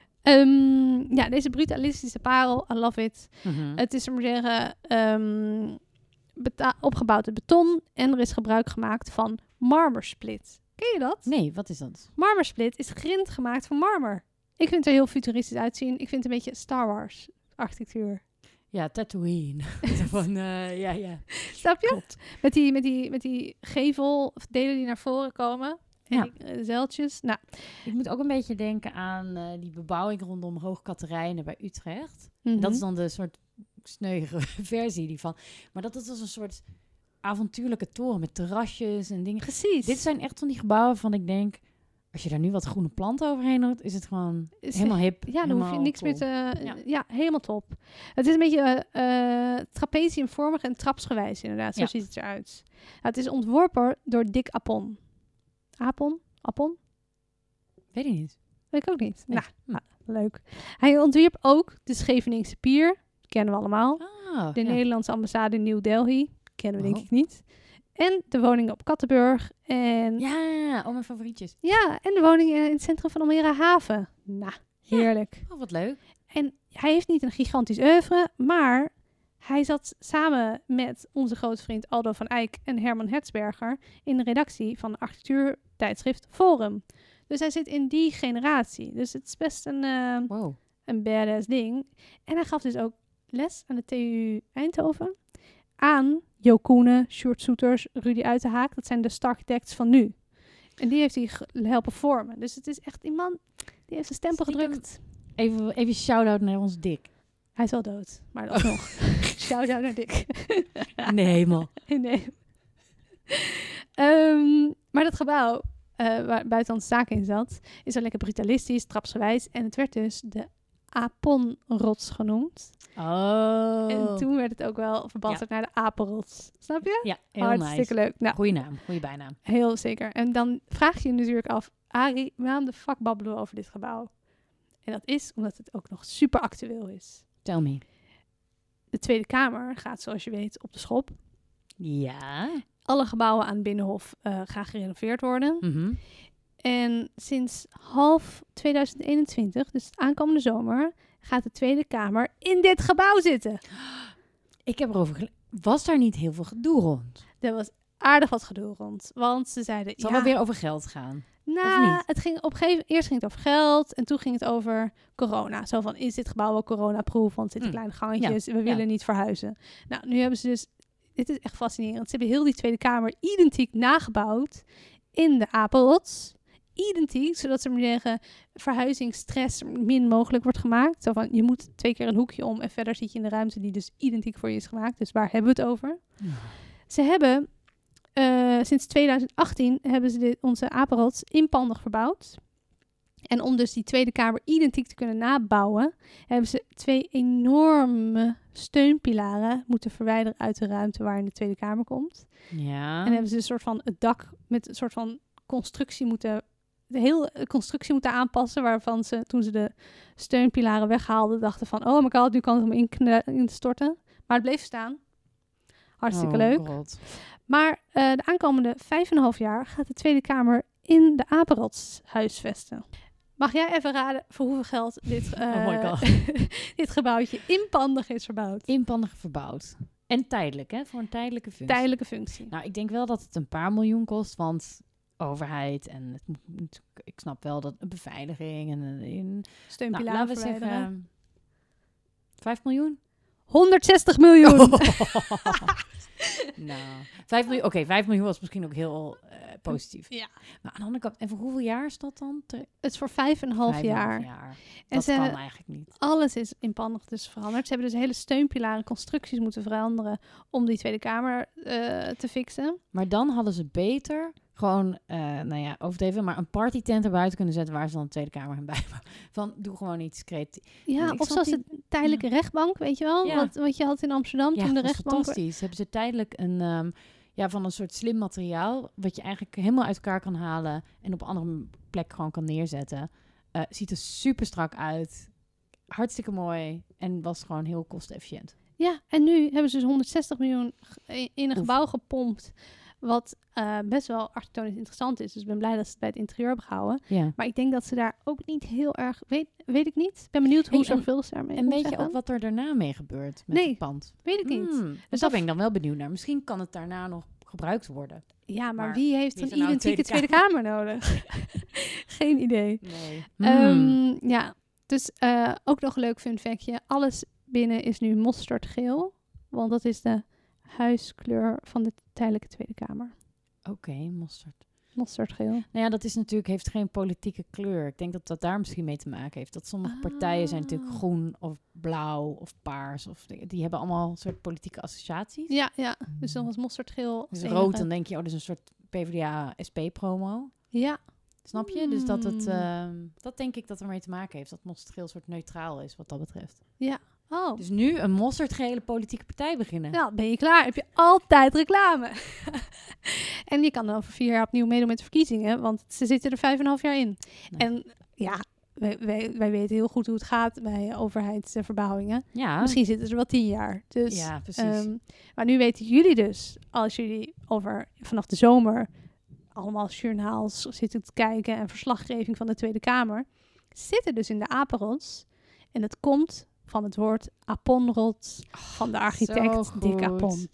Deze brutalistische parel, I love it. Het is, om te zeggen, opgebouwd uit beton en er is gebruik gemaakt van marmersplit. Ken je dat? Nee, wat is dat? Marmersplit is grind gemaakt van marmer. Ik vind het er heel futuristisch uitzien. Ik vind het een beetje Star Wars architectuur. Ja, Tatooine. Ja. Snap je? Klopt. Met die geveldelen die naar voren komen. En die zeiltjes. Nou. Ik moet ook een beetje denken aan die bebouwing rondom Hoog Catharijne bij Utrecht. Mm-hmm. Dat is dan de soort sneugere versie hiervan. Maar dat is een soort avontuurlijke toren met terrasjes en dingen. Precies. Dit zijn echt van die gebouwen waarvan ik denk, als je daar nu wat groene planten overheen doet, is het gewoon helemaal hip. Ja, dan hoef je niks meer te... Ja, helemaal top. Het is een beetje trapeziumvormig en trapsgewijs inderdaad. Zo ziet het eruit. Nou, het is ontworpen door Dick Appon. Appon? Weet ik niet. Weet ik ook niet. Nee. Nou, leuk. Hij ontwierp ook de Scheveningse Pier. Kennen we allemaal. De Nederlandse ambassade in New Delhi. Kennen we denk ik niet. En de woningen op Kattenburg. En mijn favorietjes. Ja, en de woningen in het centrum van Almere Haven. Nou, heerlijk. Oh, wat leuk. En hij heeft niet een gigantisch oeuvre, maar hij zat samen met onze grote vriend Aldo van Eyck en Herman Hertzberger in de redactie van de architectuurtijdschrift Forum. Dus hij zit in die generatie. Dus het is best een badass ding. En hij gaf dus ook les aan de TU Eindhoven aan Jo Koenen, Sjoerd Soeters, Rudy Uitenhaak. Dat zijn de Starchitects van nu. En die heeft hij helpen vormen. Dus het is echt iemand die heeft een stempel gedrukt. Even shout-out naar ons Dick. Hij is wel dood, maar dat nog. Shout-out naar Dick. Nee, man. Nee. Maar dat gebouw waar Buitenlandse Zaken in zat, is al lekker brutalistisch, trapsgewijs. En het werd dus de Aponrots genoemd. Oh. En toen werd het ook wel verbasterd naar de Apenrots. Snap je? Ja, heel hartstikke leuk. Nou, goeie naam, goeie bijnaam. Heel zeker. En dan vraag je je natuurlijk af, Arie, waarom de fuck babbelen we over dit gebouw? En dat is omdat het ook nog super actueel is. Tell me. De Tweede Kamer gaat, zoals je weet, op de schop. Ja. Alle gebouwen aan het Binnenhof gaan gerenoveerd worden. Mhm. En sinds half 2021, dus aankomende zomer, gaat de Tweede Kamer in dit gebouw zitten. Ik heb erover was daar niet heel veel gedoe rond? Er was aardig wat gedoe rond. Want ze zeiden, Het zal wel weer over geld gaan. Of nou, niet? het ging eerst ging het over geld en toen ging het over corona. Zo van, is dit gebouw wel corona-proof? Want het zitten kleine gangetjes, we willen niet verhuizen. Nou, nu hebben ze dus, dit is echt fascinerend. Ze hebben heel die Tweede Kamer identiek nagebouwd in de apenrots. Identiek, zodat ze maar zeggen, verhuizingsstress min mogelijk wordt gemaakt. Zo van, je moet 2 keer een hoekje om en verder zit je in de ruimte die dus identiek voor je is gemaakt. Dus waar hebben we het over? Ja. Ze hebben, sinds 2018 hebben ze onze apenrots inpandig verbouwd. En om dus die Tweede Kamer identiek te kunnen nabouwen, hebben ze 2 enorme steunpilaren moeten verwijderen uit de ruimte waarin de Tweede Kamer komt. Ja. En hebben ze een soort van het dak met een soort van de hele constructie moeten aanpassen, waarvan ze, toen ze de steunpilaren weghaalden, dachten van, oh my god, nu kan het om in te storten. Maar het bleef staan. Hartstikke leuk. God. Maar de aankomende 5,5 jaar gaat de Tweede Kamer in de Apenrots huisvesten. Mag jij even raden voor hoeveel geld dit, Oh my god. dit gebouwtje inpandig is verbouwd? Inpandig verbouwd. En tijdelijk, hè? Voor een tijdelijke functie. Tijdelijke functie. Nou, ik denk wel dat het een paar miljoen kost, want overheid en ik snap wel dat een beveiliging en een Steunpilaren laten we verwijderen. zeggen 5 miljoen? 160 miljoen. Nou, 5 miljoen. Oké, 5 miljoen was misschien ook heel positief. Ja. Maar aan de andere kant, en voor hoeveel jaar is dat dan? Het is voor 5,5 jaar. En En dat kan eigenlijk niet. alles is inpandig dus veranderd. Ze hebben dus hele steunpilaren, constructies moeten veranderen om die Tweede Kamer te fixen. Maar dan hadden ze beter gewoon, overdreven, maar een partytent erbuiten kunnen zetten waar ze dan de Tweede Kamer in bijbouwen. Van, doe gewoon iets creatiefs. Ja, Ik of snap zoals de tijdelijke rechtbank, weet je wel? Ja. Wat je had in Amsterdam Ja, toen de dat is rechtbank... fantastisch. Hebben ze tijdelijk een, van een soort slim materiaal, wat je eigenlijk helemaal uit elkaar kan halen en op een andere plek gewoon kan neerzetten. Ziet er super strak uit. Hartstikke mooi. En was gewoon heel kostenefficiënt. Ja, en nu hebben ze dus 160 miljoen in een gebouw gepompt. Wat best wel architectonisch interessant is. Dus ik ben blij dat ze het bij het interieur hebben gehouden. Ja. Maar ik denk dat ze daar ook niet heel erg... Weet ik niet. Ik ben benieuwd hoe zorgvuldig ze daarmee En weet je omgaan. ook wat er daarna mee gebeurt met Nee, het pand? Weet ik niet. Dus daar ben ik dan wel benieuwd naar. Misschien kan het daarna nog gebruikt worden. Ja, maar Maar wie heeft wie een is er nou een identieke Tweede Kamer nodig? Geen idee. Nee. Ja, dus ook nog een leuk fun factje. Alles binnen is nu mosterdgeel. Want dat is de huiskleur van de tijdelijke Tweede Kamer. Oké, mosterd. Mosterdgeel. Nou ja, dat is natuurlijk, heeft geen politieke kleur. Ik denk dat dat daar misschien mee te maken heeft. Dat sommige partijen zijn natuurlijk groen of blauw of paars. Die hebben allemaal een soort politieke associaties. Ja. Dus dan was mosterdgeel. Dus rood, dan denk je, dat is een soort PvdA-SP-promo. Ja. Snap je? Dus dat denk ik dat er mee te maken heeft. Dat mosterdgeel een soort neutraal is, wat dat betreft. Ja. Oh. Dus nu een mosterdgele politieke partij beginnen. Nou, ben je klaar? Heb je altijd reclame. En je kan dan over 4 jaar opnieuw meedoen met de verkiezingen. Want ze zitten er 5,5 jaar in. Nee. En ja, wij weten heel goed hoe het gaat bij overheidsverbouwingen. Ja. Misschien zitten ze er wel 10 jaar. Dus, Ja, precies. Maar nu weten jullie dus, als jullie vanaf de zomer allemaal journaals zitten te kijken en verslaggeving van de Tweede Kamer, zitten dus in de apenrots. En dat komt van het woord aponrots van de architect Dick Apon.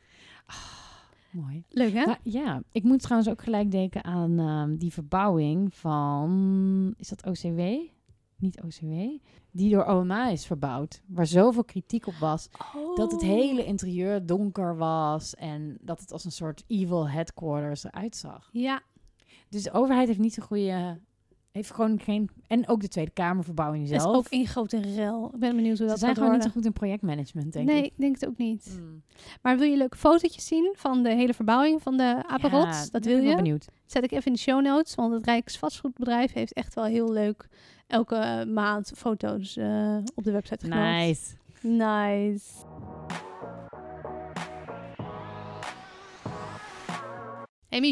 Mooi. Leuk, hè? Nou, ja, ik moet trouwens ook gelijk denken aan die verbouwing van, is dat OCW? Niet OCW. Die door OMA is verbouwd. Waar zoveel kritiek op was. Oh. Dat het hele interieur donker was. En dat het als een soort evil headquarters eruit zag. Ja. Dus de overheid heeft niet zo'n goede... Heeft gewoon geen... En ook de Tweede Kamerverbouwing zelf. Het is ook één grote rel. Ik ben benieuwd hoe dat Ze zijn gaat gewoon niet worden. zo goed in projectmanagement, denk Nee, ik. ik denk het ook niet. Mm. Maar wil je leuke fotootjes zien van de hele verbouwing van de apenrots? Ja, dat ben wil ik wel je? benieuwd. Zet ik even in de show notes, want het Rijksvastgoedbedrijf heeft echt wel heel leuk elke maand foto's op de website gemaakt. Nice. Hey Mich,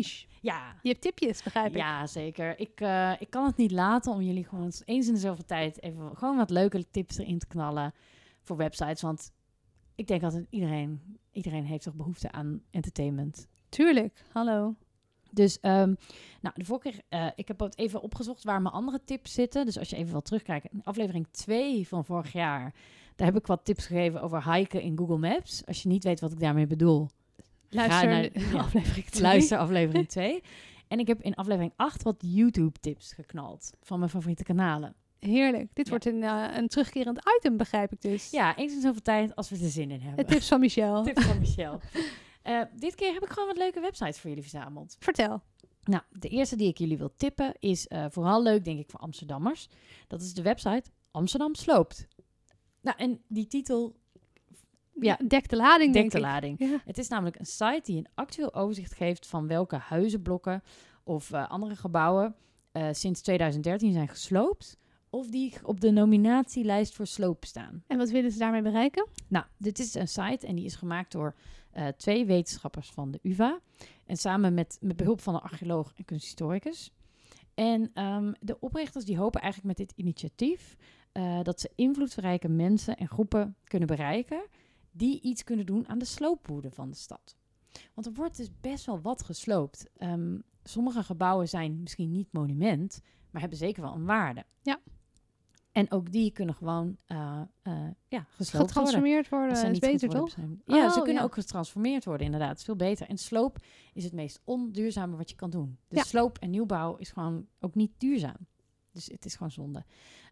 Ja. Je hebt tipjes, begrijp ik. Ja, zeker. Ik kan het niet laten om jullie gewoon eens in de zoveel tijd even gewoon wat leuke tips erin te knallen voor websites. Want ik denk altijd iedereen heeft toch behoefte aan entertainment. Tuurlijk, hallo. Dus de vorige keer, ik heb het even opgezocht waar mijn andere tips zitten. Dus als je even wil terugkijken, in aflevering 2 van vorig jaar, daar heb ik wat tips gegeven over hiken in Google Maps. Als je niet weet wat ik daarmee bedoel, Luister aflevering 2. luister aflevering 2. En ik heb in aflevering 8 wat YouTube-tips geknald van mijn favoriete kanalen. Heerlijk. Dit wordt een terugkerend item, begrijp ik dus. Ja, eens in zoveel tijd als we er zin in hebben. Tips van Michel. Tips van Michel. Dit keer heb ik gewoon wat leuke websites voor jullie verzameld. Vertel. Nou, de eerste die ik jullie wil tippen is vooral leuk, denk ik, voor Amsterdammers. Dat is de website Amsterdam Sloopt. Nou, en die titel... Ja, dek de lading, Dek de denk ik. lading. Ja. Het is namelijk een site die een actueel overzicht geeft van welke huizenblokken of andere gebouwen sinds 2013 zijn gesloopt of die op de nominatielijst voor sloop staan. En wat willen ze daarmee bereiken? Nou, dit is een site en die is gemaakt door 2 wetenschappers van de UvA en samen met behulp van een archeoloog en kunsthistoricus. En de oprichters die hopen eigenlijk met dit initiatief dat ze invloedrijke mensen en groepen kunnen bereiken die iets kunnen doen aan de sloopwoede van de stad. Want er wordt dus best wel wat gesloopt. Sommige gebouwen zijn misschien niet monument, maar hebben zeker wel een waarde. Ja. En ook die kunnen gewoon gesloopt worden. Getransformeerd worden, Als ze is niet beter, goed worden toch? beschermd. Ja, ze kunnen ja. ook getransformeerd worden, inderdaad. Het is veel beter. En sloop is het meest onduurzame wat je kan doen. Dus Ja. sloop en nieuwbouw is gewoon ook niet duurzaam. Dus het is gewoon zonde.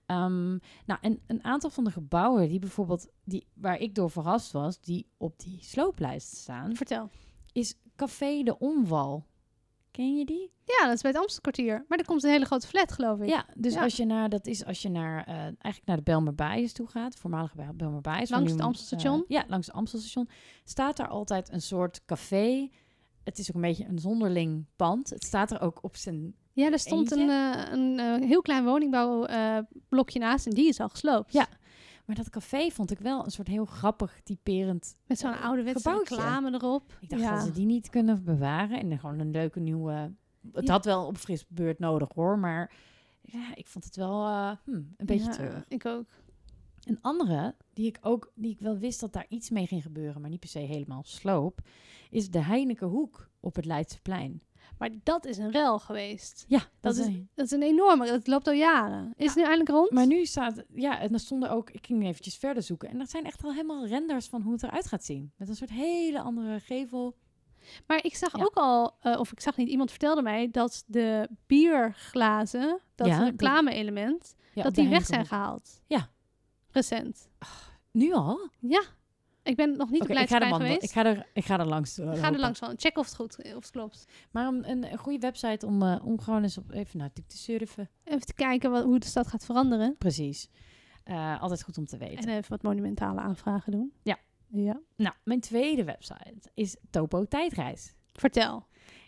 En een aantal van de gebouwen die bijvoorbeeld, waar ik door verrast was, die op die slooplijst staan, Vertel. is Café de Omwal. Ken je die? Ja, dat is bij het Amstelkwartier. Maar er komt een hele grote flat, geloof ik. Ja, dus Ja. als je naar eigenlijk naar de Bijlmerbaaiers toe gaat, voormalige Bijlmerbaaiers. Langs het Amstelstation? Langs het Amstelstation. Staat daar altijd een soort café. Het is ook een beetje een zonderling pand. Het staat er ook op zijn... Ja, er stond een heel klein woningbouwblokje naast en die is al gesloopt. Ja. Maar dat café vond ik wel een soort heel grappig, typerend Met zo'n ouderwetse gebouwtje. reclame erop. Ik dacht dat ze die niet kunnen bewaren. En dan gewoon een leuke nieuwe... Het had wel op frisbeurt nodig hoor. Maar ja, ik vond het wel een beetje treurig. Ik ook. Een andere, die ik wel wist dat daar iets mee ging gebeuren, maar niet per se helemaal sloop, is de Heinekenhoek op het Leidseplein. Maar dat is een rel geweest. Ja, Dat is een enorme... Dat loopt al jaren. Is het nu eindelijk rond? Maar nu staat... Ja, en er stonden ook... Ik ging eventjes verder zoeken. En dat zijn echt al helemaal renders van hoe het eruit gaat zien. Met een soort hele andere gevel. Maar ik zag ook al... of ik zag niet, iemand vertelde mij dat de bierglazen, dat reclame-element, dat die weg zijn gehaald. Ja. Recent. Nu al? Ja. Ik ben nog niet op Leidseplein geweest. Ik ga er langs. Ga er langs van. Check of het goed of het klopt. Maar een goede website om gewoon eens even naar te surfen. Even te kijken hoe de stad gaat veranderen. Precies. Altijd goed om te weten. En even wat monumentale aanvragen doen. Ja. Nou, mijn tweede website is Topo Tijdreis. Vertel.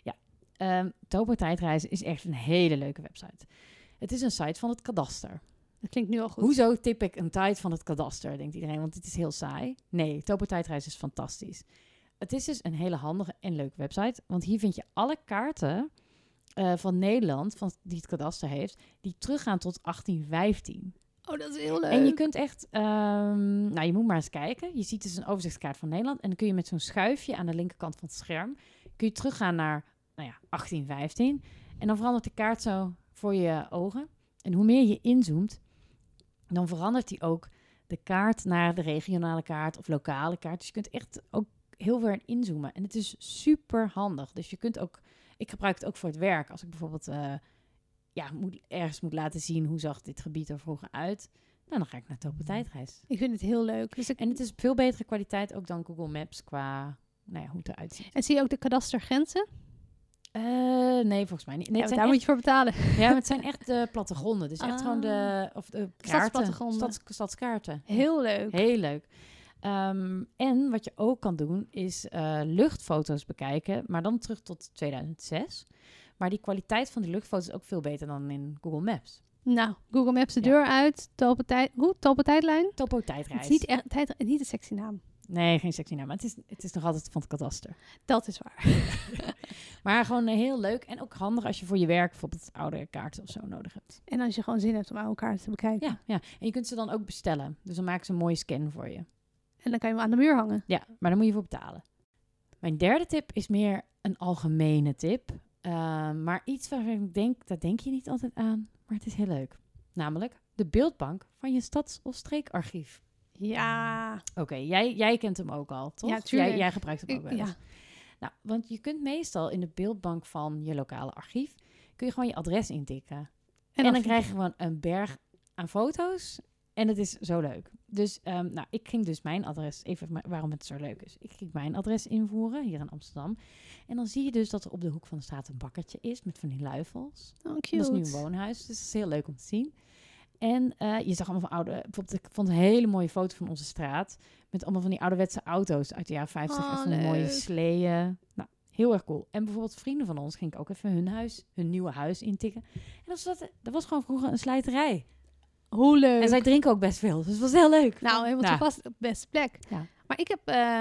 Ja. Topo Tijdreis is echt een hele leuke website. Het is een site van het kadaster. Dat klinkt nu al goed. Hoezo tip ik een tijd van het kadaster, denkt iedereen, want dit is heel saai. Nee, Topo Tijdreis is fantastisch. Het is dus een hele handige en leuke website, want hier vind je alle kaarten van Nederland, die het kadaster heeft, die teruggaan tot 1815. Oh, dat is heel leuk. En je kunt echt, je moet maar eens kijken. Je ziet dus een overzichtskaart van Nederland en dan kun je met zo'n schuifje aan de linkerkant van het scherm, kun je teruggaan naar 1815. En dan verandert de kaart zo voor je ogen. En hoe meer je inzoomt, dan verandert die ook de kaart naar de regionale kaart of lokale kaart. Dus je kunt echt ook heel ver inzoomen. En het is super handig. Dus je kunt ook... Ik gebruik het ook voor het werk. Als ik bijvoorbeeld ergens moet laten zien hoe zag dit gebied er vroeger uit. Nou, dan ga ik naar Topo Tijdreis. Ik vind het heel leuk. Dus En het is veel betere kwaliteit ook dan Google Maps qua hoe het eruit ziet. En zie je ook de kadastergrenzen? Nee, volgens mij niet. Nee, Daar moet je voor betalen. Ja, maar het zijn echt de plattegronden. Dus echt gewoon de kaarten. Stadskaarten. Heel leuk. Heel leuk. En wat je ook kan doen, is luchtfoto's bekijken. Maar dan terug tot 2006. Maar die kwaliteit van die luchtfoto's is ook veel beter dan in Google Maps. Nou, Google Maps de deur uit. Topo Tijdlijn. Topo Tijdreis. Het is niet een sexy naam. Nee, geen sexy naam. Maar het is nog altijd van het kadaster. Dat is waar. Maar gewoon heel leuk. En ook handig als je voor je werk bijvoorbeeld oude kaarten of zo nodig hebt. En als je gewoon zin hebt om oude kaarten te bekijken. Ja. En je kunt ze dan ook bestellen. Dus dan maken ze een mooie scan voor je. En dan kan je hem aan de muur hangen. Ja, maar daar moet je voor betalen. Mijn derde tip is meer een algemene tip. Maar iets waarvan ik denk, daar denk je niet altijd aan. Maar het is heel leuk. Namelijk de beeldbank van je stads- of streekarchief. Ja. Oké, jij kent hem ook al, toch? Ja, tuurlijk. Jij gebruikt hem ook wel eens. Ja. Nou, want je kunt meestal in de beeldbank van je lokale archief... kun je gewoon je adres intikken. En dan krijg je gewoon een berg aan foto's. En het is zo leuk. Dus ik ging dus mijn adres... Even waarom het zo leuk is. Ik ging mijn adres invoeren hier in Amsterdam. En dan zie je dus dat er op de hoek van de straat een bakkertje is... met van die luifels. Oh, cute. En dat is nu een woonhuis, dus dat is heel leuk om te zien. En je zag allemaal van oude... Bijvoorbeeld, ik vond een hele mooie foto van onze straat... met allemaal van die ouderwetse auto's uit de jaren 50. Echt van die mooie leuk. sleeën. Nou, heel erg cool. En bijvoorbeeld vrienden van ons ging ik ook even hun nieuwe huis intikken. En dat was gewoon vroeger een slijterij. Hoe leuk. En zij drinken ook best veel, dus het was heel leuk. Nou, helemaal toepast op de beste plek. Ja. Maar ik heb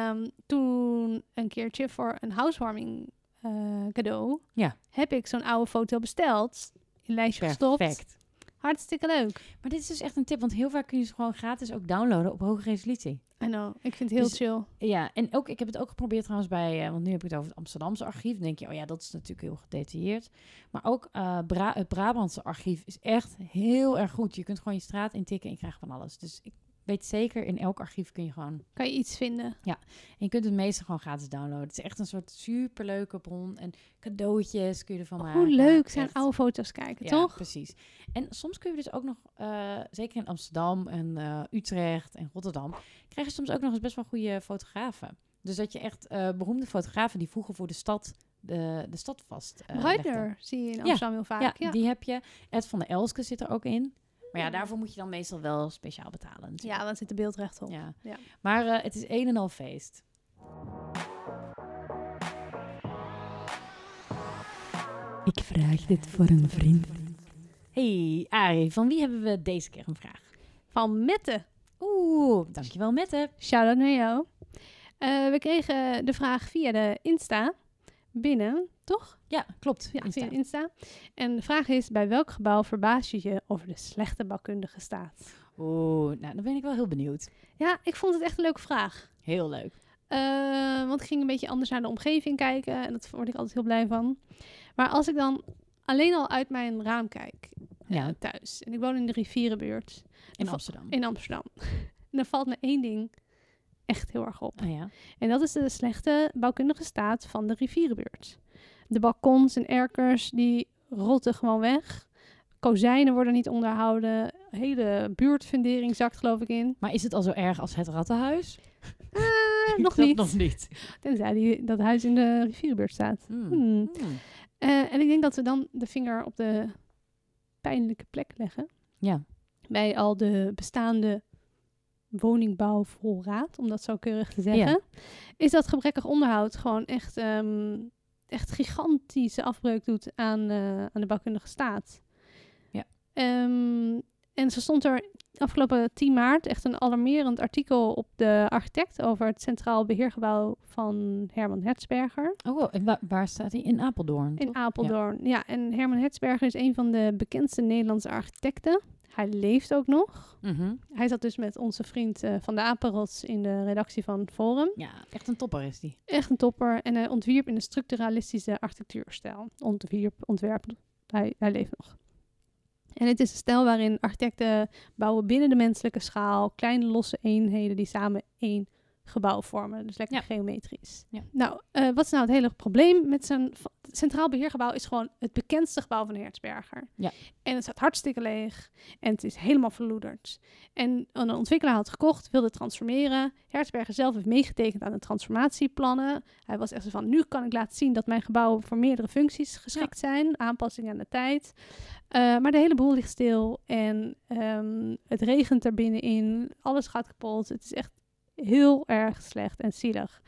toen een keertje voor een housewarming cadeau... Ja. heb ik zo'n oude foto besteld. In een lijstje gestopt. Perfect. Hartstikke leuk. Maar dit is dus echt een tip, want heel vaak kun je ze gewoon gratis ook downloaden op hoge resolutie. I know. Ik vind het heel Dus- chill. Ja, en ook, ik heb het ook geprobeerd trouwens bij, want nu heb ik het over het Amsterdamse archief. Dan denk je, oh ja, dat is natuurlijk heel gedetailleerd. Maar ook het Brabantse archief is echt heel erg goed. Je kunt gewoon je straat intikken en je krijgt van alles. Dus ik weet zeker, in elk archief kun je gewoon... Kan je iets vinden. En je kunt het meeste gewoon gratis downloaden. Het is echt een soort superleuke bron. En cadeautjes kun je ervan maken. Hoe leuk zijn Echt. oude foto's kijken, Ja, toch? precies. En soms kun je dus ook nog, zeker in Amsterdam en Utrecht en Rotterdam, krijg je soms ook nog eens best wel goede fotografen. Dus dat je echt beroemde fotografen die vroeger voor de stad de stad vast Bruidner zie je in Amsterdam heel vaak. Ja, die heb je. Ed van der Elske zit er ook in. Maar ja, daarvoor moet je dan meestal wel speciaal betalen. natuurlijk. ja, want zit de beeld rechtop. Ja. Ja. Maar het is een en al feest. Ik vraag dit voor een vriend. Hey, Arie, van wie hebben we deze keer een vraag? Van Mette. Oeh, dankjewel Mette. Shout-out naar jou. We kregen de vraag via de Insta binnen, toch? Ja, klopt. Ja, Insta. via de Insta. En de vraag is, bij welk gebouw verbaas je je over de slechte bouwkundige staat? Oeh, nou, dan ben ik wel heel benieuwd. Ja, ik vond het echt een leuke vraag. Heel leuk. Want ik ging een beetje anders naar de omgeving kijken. En dat word ik altijd heel blij van. Maar als ik dan alleen al uit mijn raam kijk Ja. thuis. En ik woon in de rivierenbuurt. In Amsterdam. In Amsterdam. En dan valt me één ding echt heel erg op. Oh ja. En dat is de slechte bouwkundige staat van de rivierenbuurt. De balkons en erkers, die rotten gewoon weg. Kozijnen worden niet onderhouden. Hele buurtfundering zakt geloof ik in. Maar is het al zo erg als het rattenhuis? Nog Dat niet. nog niet. Tenzij dat huis in de rivierenbuurt staat. Hmm. En ik denk dat we dan de vinger op de pijnlijke plek leggen. Ja. Bij al de bestaande woningbouwvoorraad, om dat zo keurig te zeggen. Ja. Is dat gebrekkig onderhoud gewoon echt gigantische afbreuk doet aan de bouwkundige staat. Ja. En zo stond er afgelopen 10 maart echt een alarmerend artikel op de Architect over het Centraal Beheergebouw van Herman Hertzberger. Oh, wow. En waar staat hij? In Apeldoorn? In toch? Apeldoorn, ja. En Herman Hertzberger is een van de bekendste Nederlandse architecten. Hij leeft ook nog. Ja. Mhm. Hij zat dus met onze vriend Van de Apenrots in de redactie van het Forum. Ja, echt een topper is die. Echt een topper. En hij ontwierp in een structuralistische architectuurstijl. Ontwerp. Hij leeft nog. En het is een stijl waarin architecten bouwen binnen de menselijke schaal kleine losse eenheden die samen één gebouw vormen. Dus lekker Ja. geometrisch. Ja. Nou, wat is nou het hele probleem met zijn Centraal Beheergebouw? Is gewoon het bekendste gebouw van Hertzberger. Ja. En het staat hartstikke leeg. En het is helemaal verloederd. En een ontwikkelaar had gekocht, wilde transformeren. Hertzberger zelf heeft meegetekend aan de transformatieplannen. Hij was echt zo van, nu kan ik laten zien dat mijn gebouwen voor meerdere functies geschikt zijn. Aanpassing aan de tijd. Maar de hele boel ligt stil. En het regent er binnenin. Alles gaat kapot. Het is echt heel erg slecht en zielig.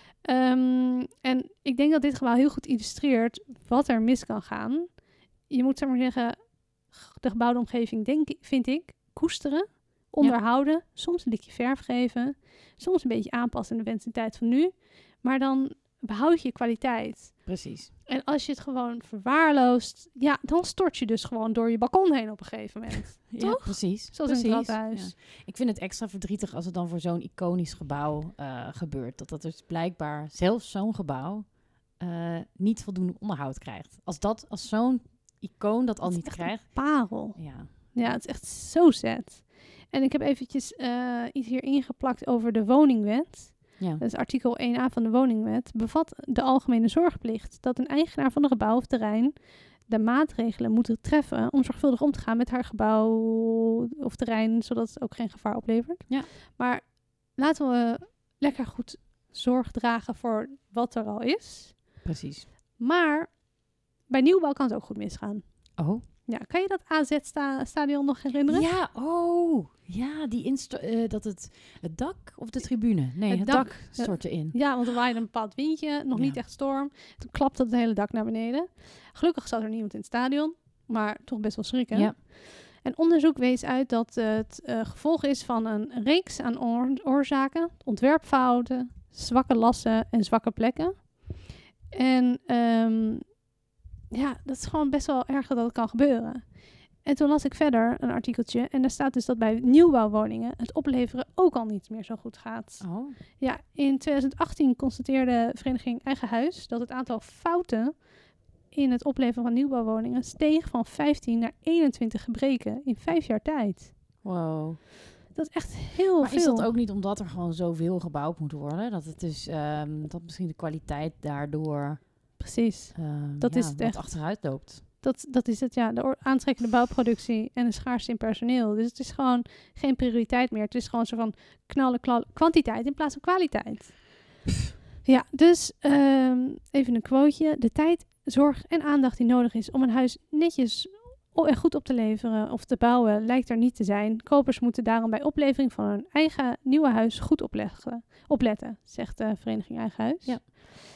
En ik denk dat dit gebouw heel goed illustreert wat er mis kan gaan. Je moet, zeg maar zeggen, de gebouwde omgeving, vind ik, koesteren. onderhouden. Soms een likje verf geven. Soms een beetje aanpassen in de wens en tijd van nu. Maar dan behoud je kwaliteit. Precies. En als je het gewoon verwaarloost, ja, dan stort je dus gewoon door je balkon heen op een gegeven moment. Ja, Toch? precies. Zoals precies. in het rathuis. Ja. Ik vind het extra verdrietig als het dan voor zo'n iconisch gebouw gebeurt. Dat dus blijkbaar zelfs zo'n gebouw niet voldoende onderhoud krijgt. Als zo'n icoon dat al niet krijgt. Parel. Ja. Ja, het is echt zo sad. En ik heb eventjes iets hier ingeplakt over de woningwet. Ja. Dat is artikel 1a van de woningwet. Bevat de algemene zorgplicht dat een eigenaar van een gebouw of terrein de maatregelen moet treffen om zorgvuldig om te gaan met haar gebouw of terrein, zodat het ook geen gevaar oplevert. Ja. Maar laten we lekker goed zorg dragen voor wat er al is. Precies. Maar bij nieuwbouw kan het ook goed misgaan. Oh. Ja, kan je dat AZ-stadion nog herinneren? Ja, ja, dat het dak of de tribune? Nee, het dak stortte in. Ja, want er waaide een bepaald windje, nog niet echt storm. Toen klapte het hele dak naar beneden. Gelukkig zat er niemand in het stadion, maar toch best wel schrikken. Ja. En onderzoek wees uit dat het gevolg is van een reeks aan oorzaken, ontwerpfouten, zwakke lassen en zwakke plekken. En ja, dat is gewoon best wel erg dat het kan gebeuren. En toen las ik verder een artikeltje en daar staat dus dat bij nieuwbouwwoningen het opleveren ook al niet meer zo goed gaat. Oh. Ja, in 2018 constateerde vereniging Eigen Huis dat het aantal fouten in het opleveren van nieuwbouwwoningen steeg van 15 naar 21 gebreken in 5 jaar tijd. Wow. Dat is echt heel maar veel. Is dat ook niet omdat er gewoon zoveel gebouwd moet worden? Dat het dus dat misschien de kwaliteit daardoor Precies. Dat is het wat echt. achteruit loopt. Dat is het, ja. De aantrekkende bouwproductie en de schaarste in personeel. Dus het is gewoon geen prioriteit meer. Het is gewoon zo van knallen, kwantiteit in plaats van kwaliteit. Ja, dus even een quoteje. De tijd, zorg en aandacht die nodig is om een huis netjes en goed op te leveren of te bouwen, lijkt er niet te zijn. Kopers moeten daarom bij oplevering van hun eigen nieuwe huis goed opletten, zegt de vereniging Eigen Huis. Ja.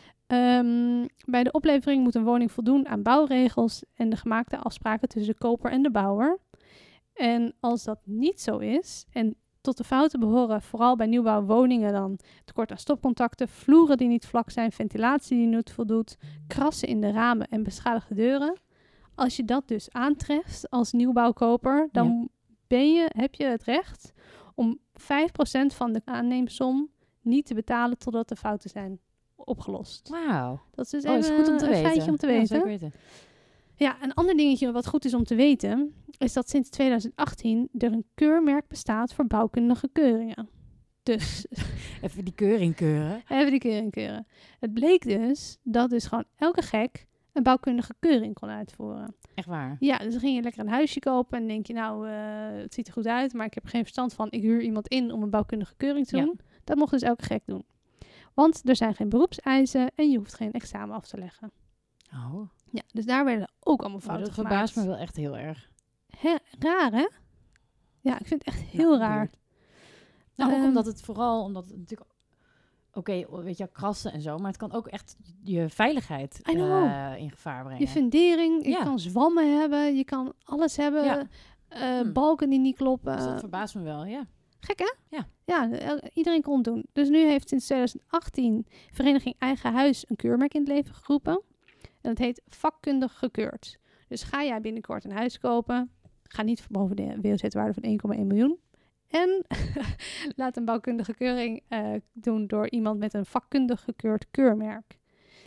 Bij de oplevering moet een woning voldoen aan bouwregels en de gemaakte afspraken tussen de koper en de bouwer. En als dat niet zo is, en tot de fouten behoren vooral bij nieuwbouwwoningen dan tekort aan stopcontacten, vloeren die niet vlak zijn, ventilatie die niet voldoet, krassen in de ramen en beschadigde deuren. Als je dat dus aantreft als nieuwbouwkoper, dan heb je het recht om 5% van de aanneemsom niet te betalen totdat de fouten zijn opgelost. Wauw. Dat is dus is even goed om te een weten. feitje om te Ja, weten. zeker weten. Ja, een ander dingetje wat goed is om te weten, is dat sinds 2018 er een keurmerk bestaat voor bouwkundige keuringen. Dus Even die keuring keuren. even die keuring keuren. Het bleek dus dat dus gewoon elke gek een bouwkundige keuring kon uitvoeren. Echt waar. Ja, dus dan ging je lekker een huisje kopen en denk je, nou, het ziet er goed uit, maar ik heb er geen verstand van. Ik huur iemand in om een bouwkundige keuring te doen. Dat mocht dus elke gek doen. Want er zijn geen beroepseisen en je hoeft geen examen af te leggen. Oh. Ja, dus daar werden ook allemaal Oh, fouten dat gemaakt. verbaast me wel echt heel erg. Raar, hè? Ja, ik vind het echt heel raar. weird. Nou, ook omdat het natuurlijk... Oké, weet je, krassen en zo. Maar het kan ook echt je veiligheid in gevaar brengen. Je fundering, je kan zwammen hebben, je kan alles hebben. Ja. Balken die niet kloppen. Dus dat verbaast me wel, ja. Gek, hè? Ja. Ja, iedereen kon het doen. Dus nu heeft sinds 2018 Vereniging Eigen Huis een keurmerk in het leven geroepen. En het heet vakkundig gekeurd. Dus ga jij binnenkort een huis kopen, ga niet boven de WOZ-waarde van 1,1 miljoen. En laat een bouwkundige keuring doen door iemand met een vakkundig gekeurd keurmerk.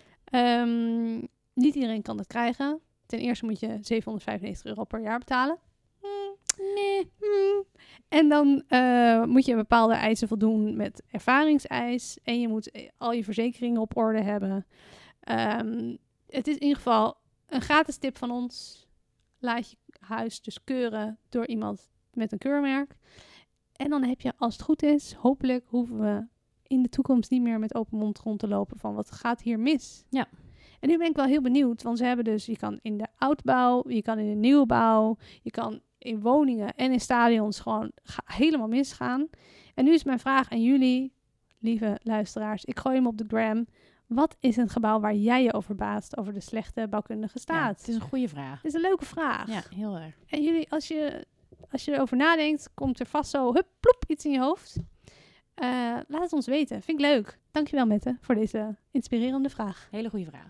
Niet iedereen kan dat krijgen. Ten eerste moet je €795 per jaar betalen. Nee. En dan moet je bepaalde eisen voldoen met ervaringseis. En je moet al je verzekeringen op orde hebben. Het is in ieder geval een gratis tip van ons. Laat je huis dus keuren door iemand met een keurmerk. En dan heb je, als het goed is, hopelijk hoeven we in de toekomst niet meer met open mond rond te lopen van wat gaat hier mis. Ja. En nu ben ik wel heel benieuwd, want ze hebben dus, je kan in de oudbouw, je kan in de nieuwbouw, je kan in woningen en in stadions gewoon helemaal misgaan. En nu is mijn vraag aan jullie, lieve luisteraars, ik gooi hem op de gram. Wat is een gebouw waar jij je over baast, over de slechte bouwkundige staat? Ja, het is een goede vraag. Het is een leuke vraag. Ja, heel erg. En jullie, als je als je erover nadenkt, komt er vast zo, hup, ploep, iets in je hoofd. Laat het ons weten. Vind ik leuk. Dankjewel, Mette, voor deze inspirerende vraag. Hele goede vraag.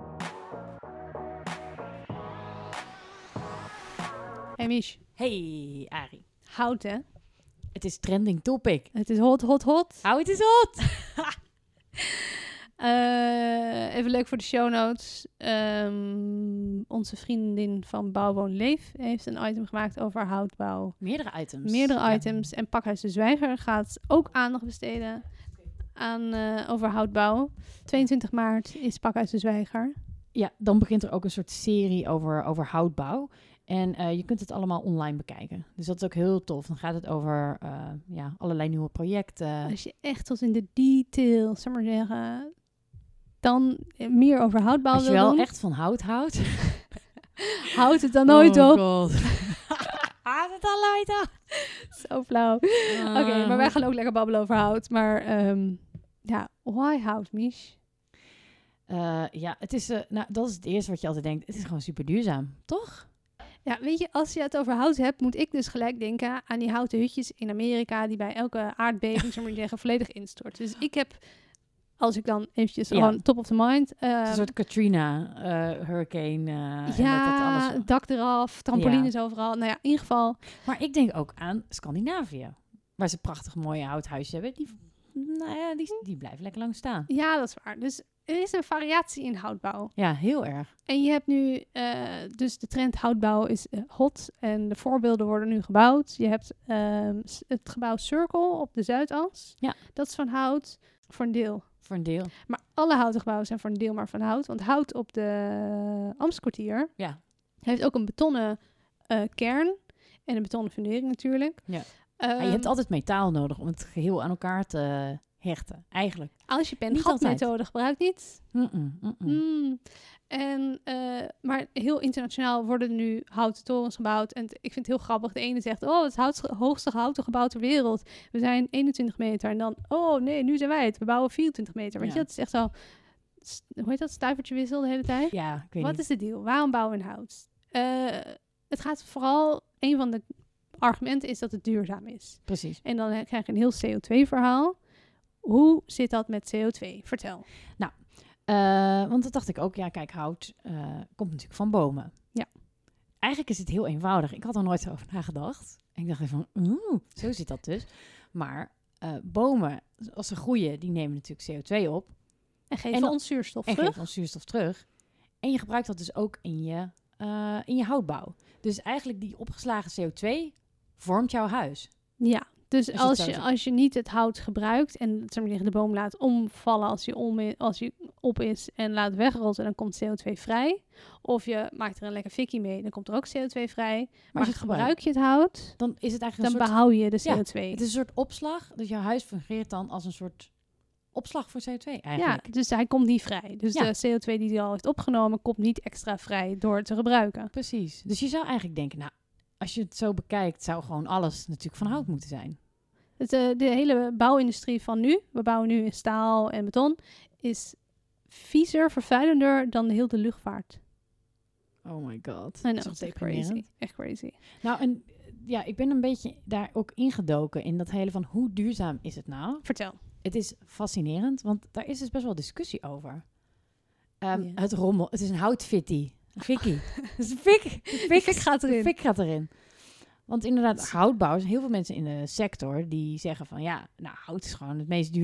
Hey, Mich. Hey, Arie. Hout, hè? Het is trending topic. Het is hot, hot, hot. Hout is hot! Even leuk voor de show notes. Onze vriendin van Bouw Woon Leef heeft een item gemaakt over houtbouw. Meerdere items. Meerdere items. En Pakhuis de Zwijger gaat ook aandacht besteden aan over houtbouw. 22 maart is Pakhuis de Zwijger. Ja, dan begint er ook een soort serie over houtbouw. En je kunt het allemaal online bekijken. Dus dat is ook heel tof. Dan gaat het over allerlei nieuwe projecten. Als je echt tot in de details, zeg maar zeggen, dan meer over houtbouw Als je wil wel doen. echt van hout houdt. Houdt het dan nooit op. God. Houdt het dan nooit op. Zo flauw. Oké, maar wij gaan ook lekker babbelen over hout. Maar why hout, Mich? Het is, dat is het eerste wat je altijd denkt. Het is gewoon super duurzaam, toch? Ja, weet je, als je het over hout hebt, moet ik dus gelijk denken aan die houten hutjes in Amerika die bij elke aardbeving, zeg maar zeggen, volledig instorten. Dus ik heb, als ik dan eventjes gewoon top of the mind. Een soort Katrina, hurricane. Ja, en dat alles. dak eraf, trampolines overal. Nou ja, in ieder geval. Maar ik denk ook aan Scandinavië, waar ze prachtig mooie houthuisjes hebben. Die blijven lekker lang staan. Ja, dat is waar. Dus er is een variatie in houtbouw. Ja, heel erg. En je hebt nu, dus de trend houtbouw is hot en de voorbeelden worden nu gebouwd. Je hebt het gebouw Circle op de Zuidas. Ja. Dat is van hout voor een deel. Voor een deel. Maar alle houten gebouwen zijn voor een deel maar van hout. Want hout op de Amstelkwartier heeft ook een betonnen kern en een betonnen fundering natuurlijk. Ja. Je hebt altijd metaal nodig om het geheel aan elkaar te hechten, eigenlijk. Als je pen-gat-methode gebruikt niet. Maar heel internationaal worden er nu houten torens gebouwd. En ik vind het heel grappig. De ene zegt, het hoogste houten gebouw ter wereld. We zijn 21 meter. En dan, nee, nu zijn wij het. We bouwen 24 meter. Weet je, dat is echt zo, hoe heet dat, stuivertje wissel de hele tijd? Ja, ik weet Wat niet. is de deal? Waarom bouwen we in hout? Het gaat vooral, een van de argumenten is dat het duurzaam is. Precies. En dan krijg je een heel CO2-verhaal. Hoe zit dat met CO2? Vertel. Nou, want dat dacht ik ook. Ja, kijk, hout komt natuurlijk van bomen. Ja. Eigenlijk is het heel eenvoudig. Ik had er nooit over nagedacht. En ik dacht even van, zo zit dat dus. Maar bomen, als ze groeien, die nemen natuurlijk CO2 op. En geven ons zuurstof terug. Geven ons zuurstof terug. En je gebruikt dat dus ook in je houtbouw. Dus eigenlijk die opgeslagen CO2 vormt jouw huis. Ja, dus als je niet het hout gebruikt en de boom laat omvallen als je op is en laat wegrotten, dan komt CO2 vrij. Of je maakt er een lekker fikkie mee, dan komt er ook CO2 vrij. Maar als je gebruik je het hout, dan is het eigenlijk dan behoud je de CO2. Ja, het is een soort opslag. Dus jouw huis fungeert dan als een soort opslag voor CO2 eigenlijk. Ja, dus hij komt niet vrij. Dus de CO2 die hij al heeft opgenomen, komt niet extra vrij door het te gebruiken. Precies. Dus je zou eigenlijk denken, als je het zo bekijkt, zou gewoon alles natuurlijk van hout moeten zijn. De hele bouwindustrie van nu, we bouwen nu in staal en beton, is viezer, vervuilender dan heel de luchtvaart. Oh my god. I know, dat is echt crazy. Echt crazy. Nou, en ja, ik ben een beetje daar ook ingedoken in dat hele van hoe duurzaam is het nou? Vertel. Het is fascinerend, want daar is dus best wel discussie over. Het rommel, het is een houtfitty. Fikkie. Fik gaat erin. Fik gaat erin. Want inderdaad, houtbouwers, heel veel mensen in de sector die zeggen van hout is gewoon het meest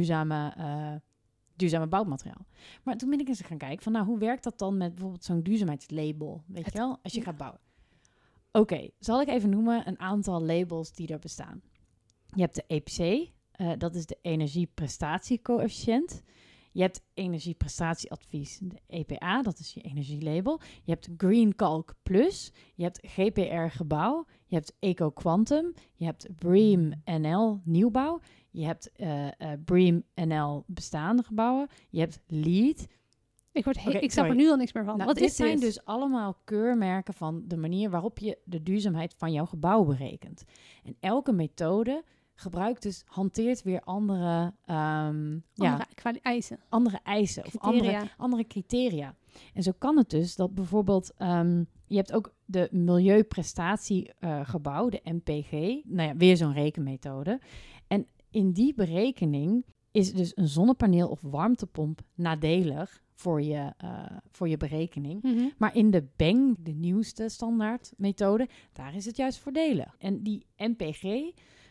duurzame bouwmateriaal. Maar toen ben ik eens gaan kijken van hoe werkt dat dan met bijvoorbeeld zo'n duurzaamheidslabel, weet je wel, als je gaat bouwen. Oké, zal ik even noemen een aantal labels die er bestaan. Je hebt de EPC, dat is de energieprestatiecoëfficiënt. Je hebt energieprestatieadvies, de EPA, dat is je energielabel. Je hebt Green Calc Plus, je hebt GPR Gebouw, je hebt Eco Quantum, je hebt BREEAM NL Nieuwbouw, je hebt BREEAM NL Bestaande Gebouwen, je hebt LEED. Ik snap er nu al niks meer van. Wat dit is dit? zijn dus allemaal keurmerken van de manier waarop je de duurzaamheid van jouw gebouw berekent. En elke methode hanteert weer andere eisen. Andere eisen criteria. of andere criteria. En zo kan het dus dat bijvoorbeeld... je hebt ook de Milieuprestatiegebouw, de MPG. Nou ja, weer zo'n rekenmethode. En in die berekening is dus een zonnepaneel of warmtepomp nadelig voor je berekening. Maar in de BENG, de nieuwste standaardmethode, daar is het juist voordelig. En die MPG,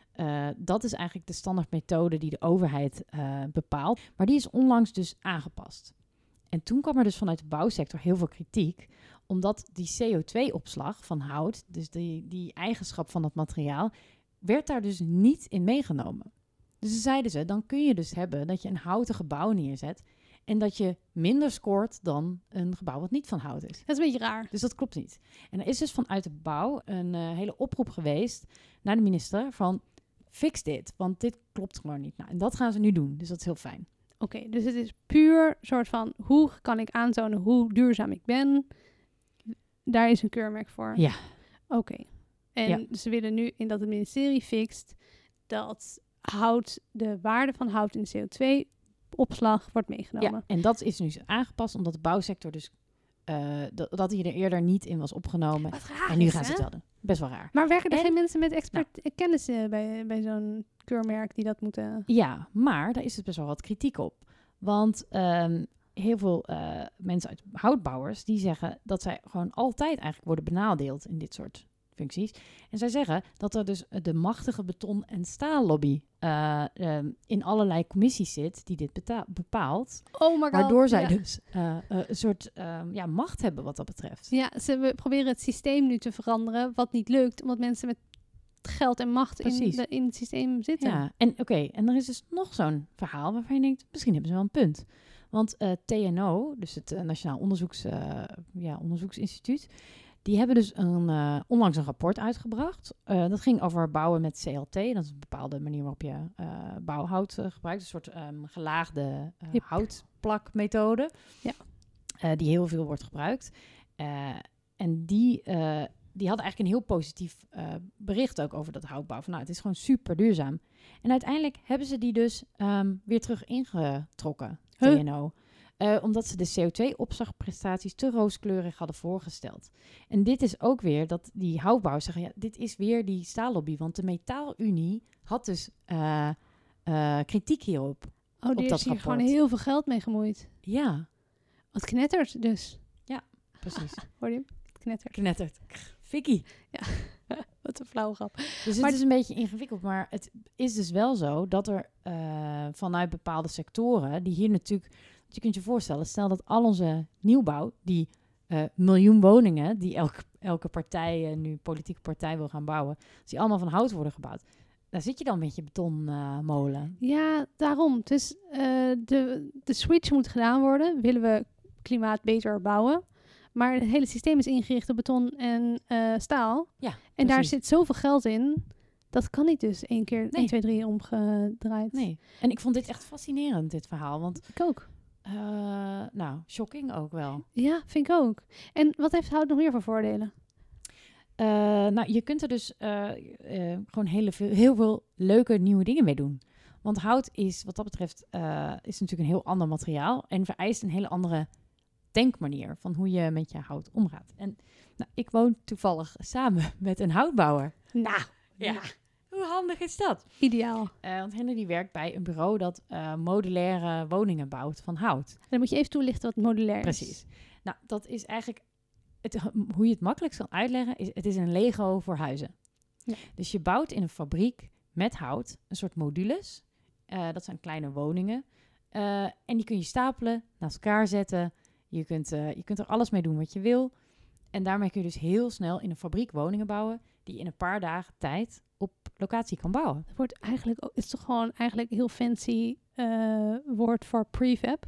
dat is eigenlijk de standaardmethode die de overheid bepaalt. Maar die is onlangs dus aangepast. En toen kwam er dus vanuit de bouwsector heel veel kritiek, omdat die CO2-opslag van hout, dus die eigenschap van dat materiaal, werd daar dus niet in meegenomen. Dus zeiden ze, dan kun je dus hebben dat je een houten gebouw neerzet en dat je minder scoort dan een gebouw wat niet van hout is. Dat is een beetje raar. Dus dat klopt niet. En er is dus vanuit de bouw een hele oproep geweest naar de minister van fix dit, want dit klopt gewoon niet. Nou, en dat gaan ze nu doen, dus dat is heel fijn. Oké, dus het is puur soort van, hoe kan ik aantonen hoe duurzaam ik ben? Daar is een keurmerk voor. Ja. Oké. En ze willen nu in dat het ministerie fixt dat de waarde van hout in de CO2-opslag wordt meegenomen. Ja, en dat is nu aangepast omdat de bouwsector dus dat hij er eerder niet in was opgenomen. Wat raar En nu is, gaan ze hè? het wel doen. Best wel raar. Maar werken er geen mensen met kennis bij zo'n keurmerk die dat moeten... Ja, maar daar is dus best wel wat kritiek op. Want heel veel mensen uit houtbouwers die zeggen dat zij gewoon altijd eigenlijk worden benadeeld in dit soort functies. En zij zeggen dat er dus de machtige beton- en staallobby in allerlei commissies zit die dit bepaalt. Oh my god. Waardoor zij dus een soort macht hebben wat dat betreft. Ja, ze proberen het systeem nu te veranderen, wat niet lukt, omdat mensen met geld en macht in het systeem zitten. Ja, en en er is dus nog zo'n verhaal waarvan je denkt, misschien hebben ze wel een punt. Want TNO, dus het Nationaal Onderzoeksinstituut, die hebben dus onlangs een rapport uitgebracht. Dat ging over bouwen met CLT. Dat is een bepaalde manier waarop je bouwhout gebruikt. Een soort gelaagde houtplakmethode. Ja. Die heel veel wordt gebruikt. En die hadden eigenlijk een heel positief bericht ook over dat houtbouw. Van, het is gewoon super duurzaam. En uiteindelijk hebben ze die dus weer terug ingetrokken, TNO. Omdat ze de CO2-opslagprestaties te rooskleurig hadden voorgesteld. En dit is ook weer dat die houtbouwers zeggen, dit is weer die staallobby. Want de Metaalunie had dus kritiek hierop. Oh, die is hier gewoon heel veel geld mee gemoeid. Ja. Wat knettert dus. Ja, precies. Hoor je hem? Knettert. Fikkie. Ja, wat een flauwe grap. Dus het is een beetje ingewikkeld, maar het is dus wel zo dat er vanuit bepaalde sectoren, die hier natuurlijk, je kunt je voorstellen, stel dat al onze nieuwbouw, die miljoen woningen, die elke partij, nu politieke partij wil gaan bouwen, als die allemaal van hout worden gebouwd, daar zit je dan met je betonmolen. Ja, daarom. Dus de switch moet gedaan worden. Willen we klimaat beter bouwen? Maar het hele systeem is ingericht op beton en staal. Ja, en precies. daar zit zoveel geld in. Dat kan niet dus 1 keer, 1, 2, 3 omgedraaid. Nee. En ik vond dit echt fascinerend, dit verhaal. Want, ik ook. shocking ook wel. Ja, vind ik ook. En wat heeft hout nog meer voor voordelen? Je kunt er dus gewoon heel veel leuke nieuwe dingen mee doen. Want hout is, wat dat betreft, is natuurlijk een heel ander materiaal. En vereist een hele andere denkmanier van hoe je met je hout omgaat. En ik woon toevallig samen met een houtbouwer. Nou, ja. Hoe handig is dat? Ideaal. Want Henry die werkt bij een bureau dat modulaire woningen bouwt van hout. En dan moet je even toelichten wat modulair is. Precies. Nou, dat is eigenlijk, hoe je het makkelijkst kan uitleggen, het is een Lego voor huizen. Ja. Dus je bouwt in een fabriek met hout een soort modules. Dat zijn kleine woningen. En die kun je stapelen, naast elkaar zetten. Je kunt er alles mee doen wat je wil. En daarmee kun je dus heel snel in een fabriek woningen bouwen die in een paar dagen tijd op locatie kan bouwen. Het wordt eigenlijk, is toch gewoon eigenlijk heel fancy woord voor prefab?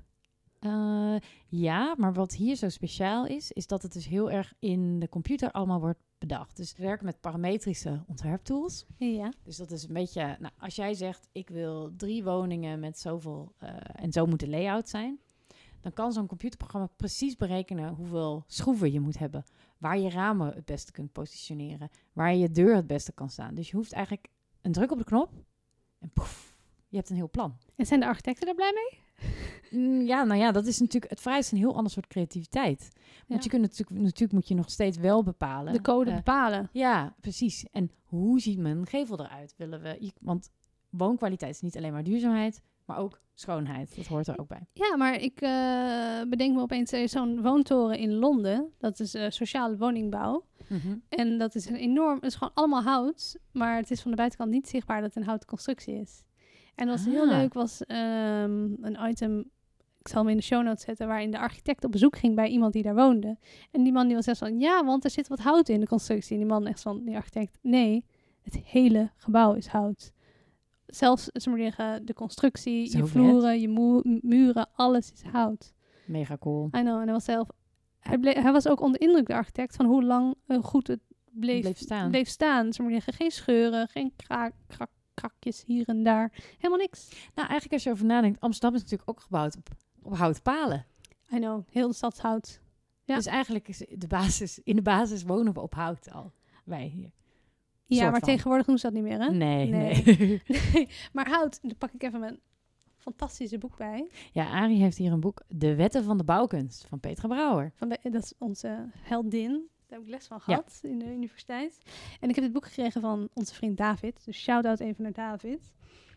Ja, maar wat hier zo speciaal is dat het dus heel erg in de computer allemaal wordt bedacht. Dus we werken met parametrische ontwerptools. Ja. Dus dat is een beetje, als jij zegt, ik wil 3 woningen met zoveel en zo moet de layout zijn, dan kan zo'n computerprogramma precies berekenen hoeveel schroeven je moet hebben, waar je ramen het beste kunt positioneren, waar je deur het beste kan staan. Dus je hoeft eigenlijk een druk op de knop en poef, je hebt een heel plan. En zijn de architecten daar blij mee? Dat is natuurlijk... Het vereist een heel ander soort creativiteit. Want Ja. je kunt natuurlijk moet je nog steeds wel bepalen. De code bepalen. Ja, precies. En hoe ziet mijn gevel eruit? Want woonkwaliteit is niet alleen maar duurzaamheid, maar ook schoonheid. Dat hoort er ook bij. Ja, maar ik bedenk me opeens zo'n woontoren in Londen. Dat is sociale woningbouw. En dat is het is gewoon allemaal hout. Maar het is van de buitenkant niet zichtbaar dat het een houten constructie is. En wat heel leuk was een item, ik zal hem in de show notes zetten, waarin de architect op bezoek ging bij iemand die daar woonde. En die man die was echt van, ja, want er zit wat hout in de constructie. En die man echt van, die architect, nee, het hele gebouw is hout. Zelfs, de constructie, Zo je vet. vloeren, je muren, alles is hout. Mega cool. I know, en hij was hij was ook onder indruk, de architect, van hoe lang goed het bleef staan. Geen scheuren, geen krakjes hier en daar. Helemaal niks. Nou, eigenlijk als je over nadenkt, Amsterdam is natuurlijk ook gebouwd op houtpalen. I know, heel de stad is hout. Ja. Dus eigenlijk is in de basis wonen we op hout al. Wij hier. Ja, maar tegenwoordig doen ze dat niet meer, hè? Nee. Nee. Maar hout, daar pak ik even mijn fantastische boek bij. Ja, Arie heeft hier een boek, De Wetten van de Bouwkunst, van Petra Brouwer. Dat is onze heldin. Daar heb ik les van gehad in de universiteit. En ik heb dit boek gekregen van onze vriend David. Dus shout-out even naar David.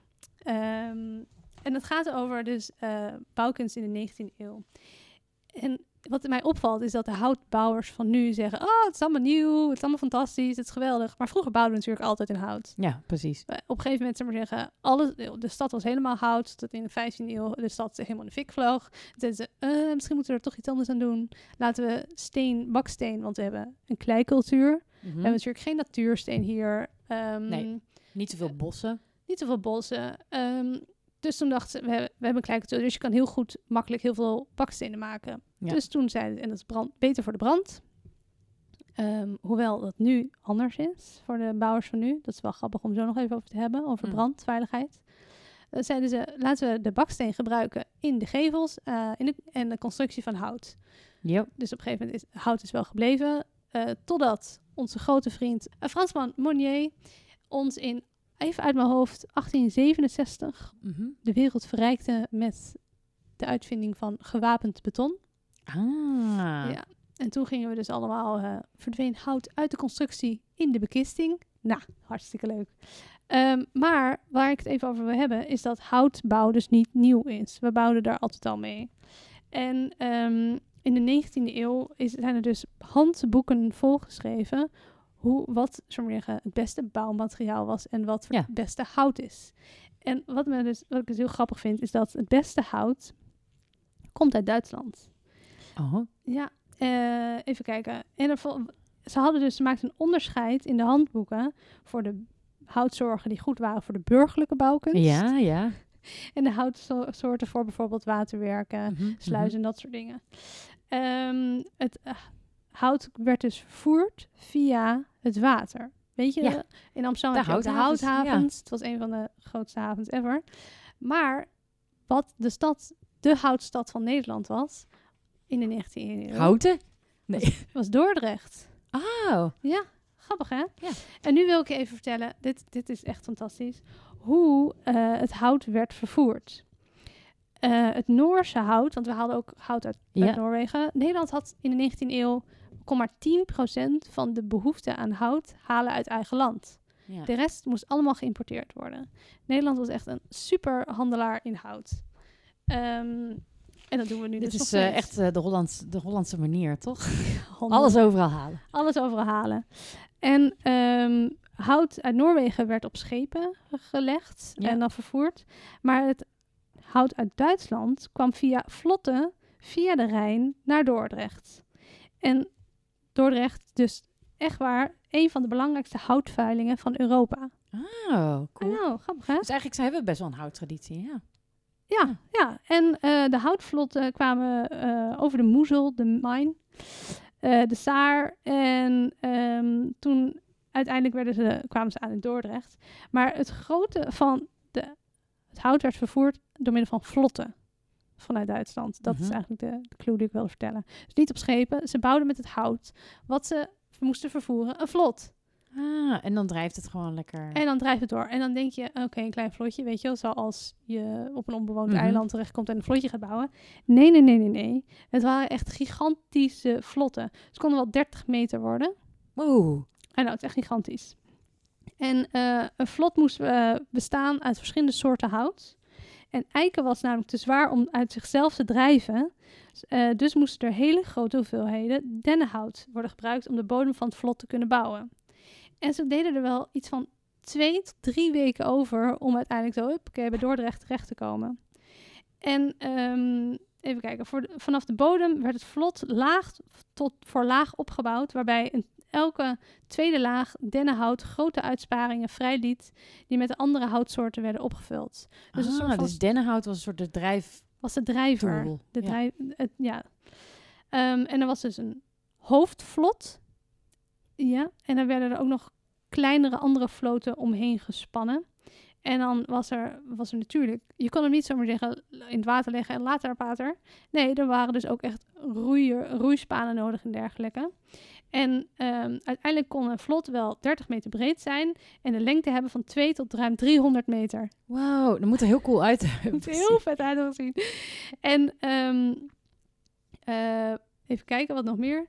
En het gaat over dus bouwkunst in de 19e eeuw. En wat mij opvalt is dat de houtbouwers van nu zeggen, oh, het is allemaal nieuw, het is allemaal fantastisch, het is geweldig. Maar vroeger bouwden we natuurlijk altijd in hout. Ja, precies. Op een gegeven moment, zeg maar zeggen, de stad was helemaal hout, tot in de 15e eeuw de stad helemaal in de fik vloog. Toen zeiden ze, misschien moeten we er toch iets anders aan doen. Laten we baksteen, want we hebben een kleicultuur. We hebben natuurlijk geen natuursteen hier. Nee, niet zoveel bossen. Niet zoveel bossen. Dus toen dachten ze, we hebben een kleicultuur, dus je kan heel goed, makkelijk heel veel bakstenen maken. Ja. Dus toen zeiden ze, en dat is beter voor de brand. Hoewel dat nu anders is voor de bouwers van nu. Dat is wel grappig om zo nog even over te hebben, over brandveiligheid. Zeiden ze, laten we de baksteen gebruiken in de gevels en de constructie van hout. Yep. Dus op een gegeven moment is hout wel gebleven. Totdat onze grote vriend Fransman Monnier ons even uit mijn hoofd, 1867 de wereld verrijkte met de uitvinding van gewapend beton. Ja. En toen gingen we dus allemaal, verdween hout uit de constructie in de bekisting. Nou, hartstikke leuk. Maar waar ik het even over wil hebben, is dat houtbouw dus niet nieuw is. We bouwden daar altijd al mee. En in de 19e eeuw zijn er dus handboeken volgeschreven wat het beste bouwmateriaal was en wat het beste hout is. En wat ik dus heel grappig vind, is dat het beste hout komt uit Duitsland. Oh. Ja, even kijken. En ze maakten een onderscheid in de handboeken voor de houtsoorten die goed waren voor de burgerlijke bouwkunst. Ja. En de houtsoorten voor bijvoorbeeld waterwerken, sluizen en dat soort dingen. Het hout werd dus vervoerd via het water. Weet je, in Amsterdam heb je ook de houthavens. Ja. Het was een van de grootste havens ever. Maar wat de houtstad van Nederland was in de 19e eeuw. Houten? Nee. Was Dordrecht. Oh. Ja, grappig hè? Ja. En nu wil ik je even vertellen, dit is echt fantastisch, hoe het hout werd vervoerd. Het Noorse hout, want we haalden ook hout uit Noorwegen. Nederland had in de 19e eeuw maar 10% van de behoefte aan hout halen uit eigen land. Ja. De rest moest allemaal geïmporteerd worden. Nederland was echt een super handelaar in hout. En dat doen we nu Dit dus is nog steeds. Echt de Hollandse manier, toch? Alles overal halen. Alles overal halen. En hout uit Noorwegen werd op schepen gelegd en dan vervoerd. Maar het hout uit Duitsland kwam via vlotten via de Rijn naar Dordrecht. En Dordrecht dus echt waar een van de belangrijkste houtveilingen van Europa. Oh, cool. Nou, grappig hè? Dus eigenlijk hebben we best wel een houttraditie, ja. Ja. En de houtvlotten kwamen over de Moezel, de Main, de Saar. En toen uiteindelijk kwamen ze aan in Dordrecht. Maar het grote van het hout werd vervoerd door middel van vlotten vanuit Duitsland. Dat is eigenlijk de clue die ik wilde vertellen. Dus niet op schepen. Ze bouwden met het hout wat ze moesten vervoeren een vlot. En dan drijft het gewoon lekker. En dan drijft het door. En dan denk je, oké, een klein vlotje, weet je wel. Zoals je op een onbewoond eiland terechtkomt en een vlotje gaat bouwen. Nee. Het waren echt gigantische vlotten. Ze konden wel 30 meter worden. Oeh. Het is echt gigantisch. En een vlot moest bestaan uit verschillende soorten hout. En eiken was namelijk te zwaar om uit zichzelf te drijven. Dus moesten er hele grote hoeveelheden dennenhout worden gebruikt om de bodem van het vlot te kunnen bouwen. En ze deden er wel iets van 2 tot 3 weken over om uiteindelijk zo bij Dordrecht terecht te komen. En even kijken, vanaf de bodem werd het vlot laag tot voor laag opgebouwd, waarbij elke tweede laag dennenhout grote uitsparingen vrijliet die met de andere houtsoorten werden opgevuld. Dus, dus dennenhout was een soort de drijf... Was de drijver. Tool. En er was dus een hoofdvlot. Ja, en dan werden er ook nog kleinere andere vloten omheen gespannen. En dan was er natuurlijk... Je kon hem niet zomaar zeggen in het water leggen en later op water. Nee, er waren dus ook echt roeispanen nodig en dergelijke. En uiteindelijk kon een vlot wel 30 meter breed zijn en de lengte hebben van 2 tot ruim 300 meter. Wauw, dat moet er heel cool uit. Dat moet er heel vet uit zien. En even kijken, wat nog meer?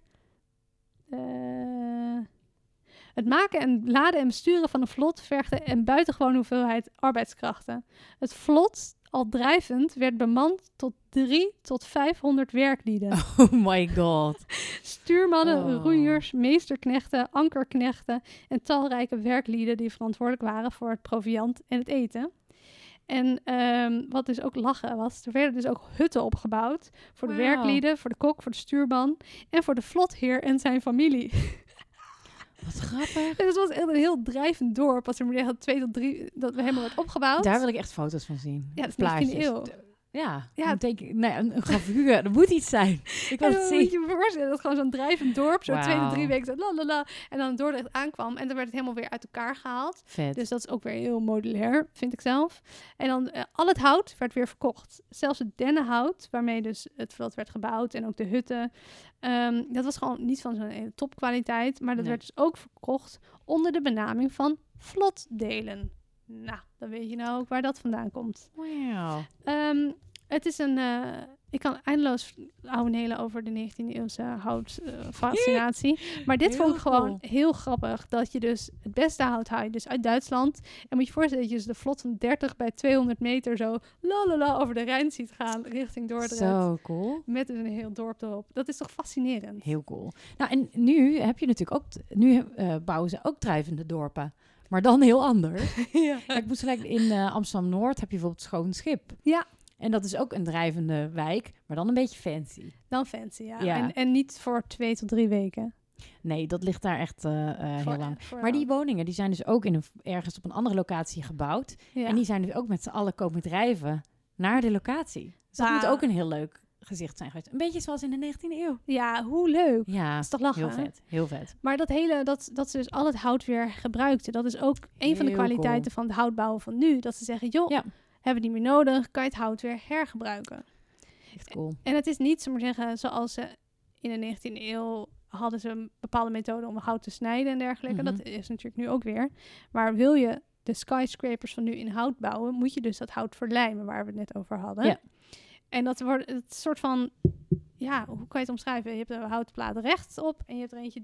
Het maken en laden en besturen van een vlot vergde een buitengewone hoeveelheid arbeidskrachten. Het vlot, al drijvend, werd bemand tot 300 tot 500 werklieden. Oh my god. Stuurmannen, roeiers, meesterknechten, ankerknechten en talrijke werklieden die verantwoordelijk waren voor het proviand en het eten. En wat dus ook lachen was, er werden dus ook hutten opgebouwd voor de werklieden, voor de kok, voor de stuurman en voor de vlotheer en zijn familie. Wat grappig. Dus het was echt een heel drijvend dorp. Als er maar 2 tot 3 dat we helemaal werd opgebouwd. Daar wil ik echt foto's van zien. Ja, dat is 19e eeuw. Ja, een gravure. Dat moet iets zijn. Ik wil het zien. Moet je me voorstellen, dat gewoon zo'n drijvend dorp, zo 2 tot 3 weken, zo lalala, en dan Dordrecht aankwam. En dan werd het helemaal weer uit elkaar gehaald. Vet. Dus dat is ook weer heel modulair, vind ik zelf. En dan al het hout werd weer verkocht. Zelfs het dennenhout, waarmee dus het vlot werd gebouwd en ook de hutten. Dat was gewoon niet van zo'n hele topkwaliteit, maar dat werd dus ook verkocht onder de benaming van vlotdelen. Nou, dan weet je nou ook waar dat vandaan komt. Wauw. Het is ik kan eindeloos ouwenelen over de 19e eeuwse houtfascinatie. Maar dit vond ik gewoon heel grappig. Dat je dus het beste hout haalt, dus uit Duitsland. En moet je voorstellen dat je dus de vlot van 30 bij 200 meter zo over de Rijn ziet gaan richting Dordrecht. Zo cool. Met dus een heel dorp erop. Dat is toch fascinerend? Heel cool. Nou, en nu heb je natuurlijk ook... Nu bouwen ze ook drijvende dorpen. Maar dan heel anders. Ja. Ik moest gelijk in Amsterdam-Noord heb je bijvoorbeeld Schoon Schip. Ja. En dat is ook een drijvende wijk, maar dan een beetje fancy. Dan fancy, ja. En niet voor 2 tot 3 weken. Nee, dat ligt daar echt heel lang. Maar die woningen, die zijn dus ook ergens op een andere locatie gebouwd. Ja. En die zijn dus ook met z'n allen komen drijven naar de locatie. Dus dat moet ook een heel leuk gezicht zijn geweest. Een beetje zoals in de 19e eeuw. Ja, hoe leuk. Ja, dat is toch lachen. Heel vet, heel vet. Maar dat ze dus al het hout weer gebruikten. Dat is ook een van de kwaliteiten van het houtbouwen van nu. Dat ze zeggen, joh, hebben we niet meer nodig, kan je het hout weer hergebruiken. Echt cool. En het is niet, zomaar zeggen, zoals ze in de 19e eeuw hadden ze een bepaalde methode om hout te snijden en dergelijke. Dat is natuurlijk nu ook weer. Maar wil je de skyscrapers van nu in hout bouwen, moet je dus dat hout verlijmen, waar we het net over hadden. Ja. En dat wordt het soort van, ja, hoe kan je het omschrijven? Je hebt een houten plaat rechtop en je hebt er eentje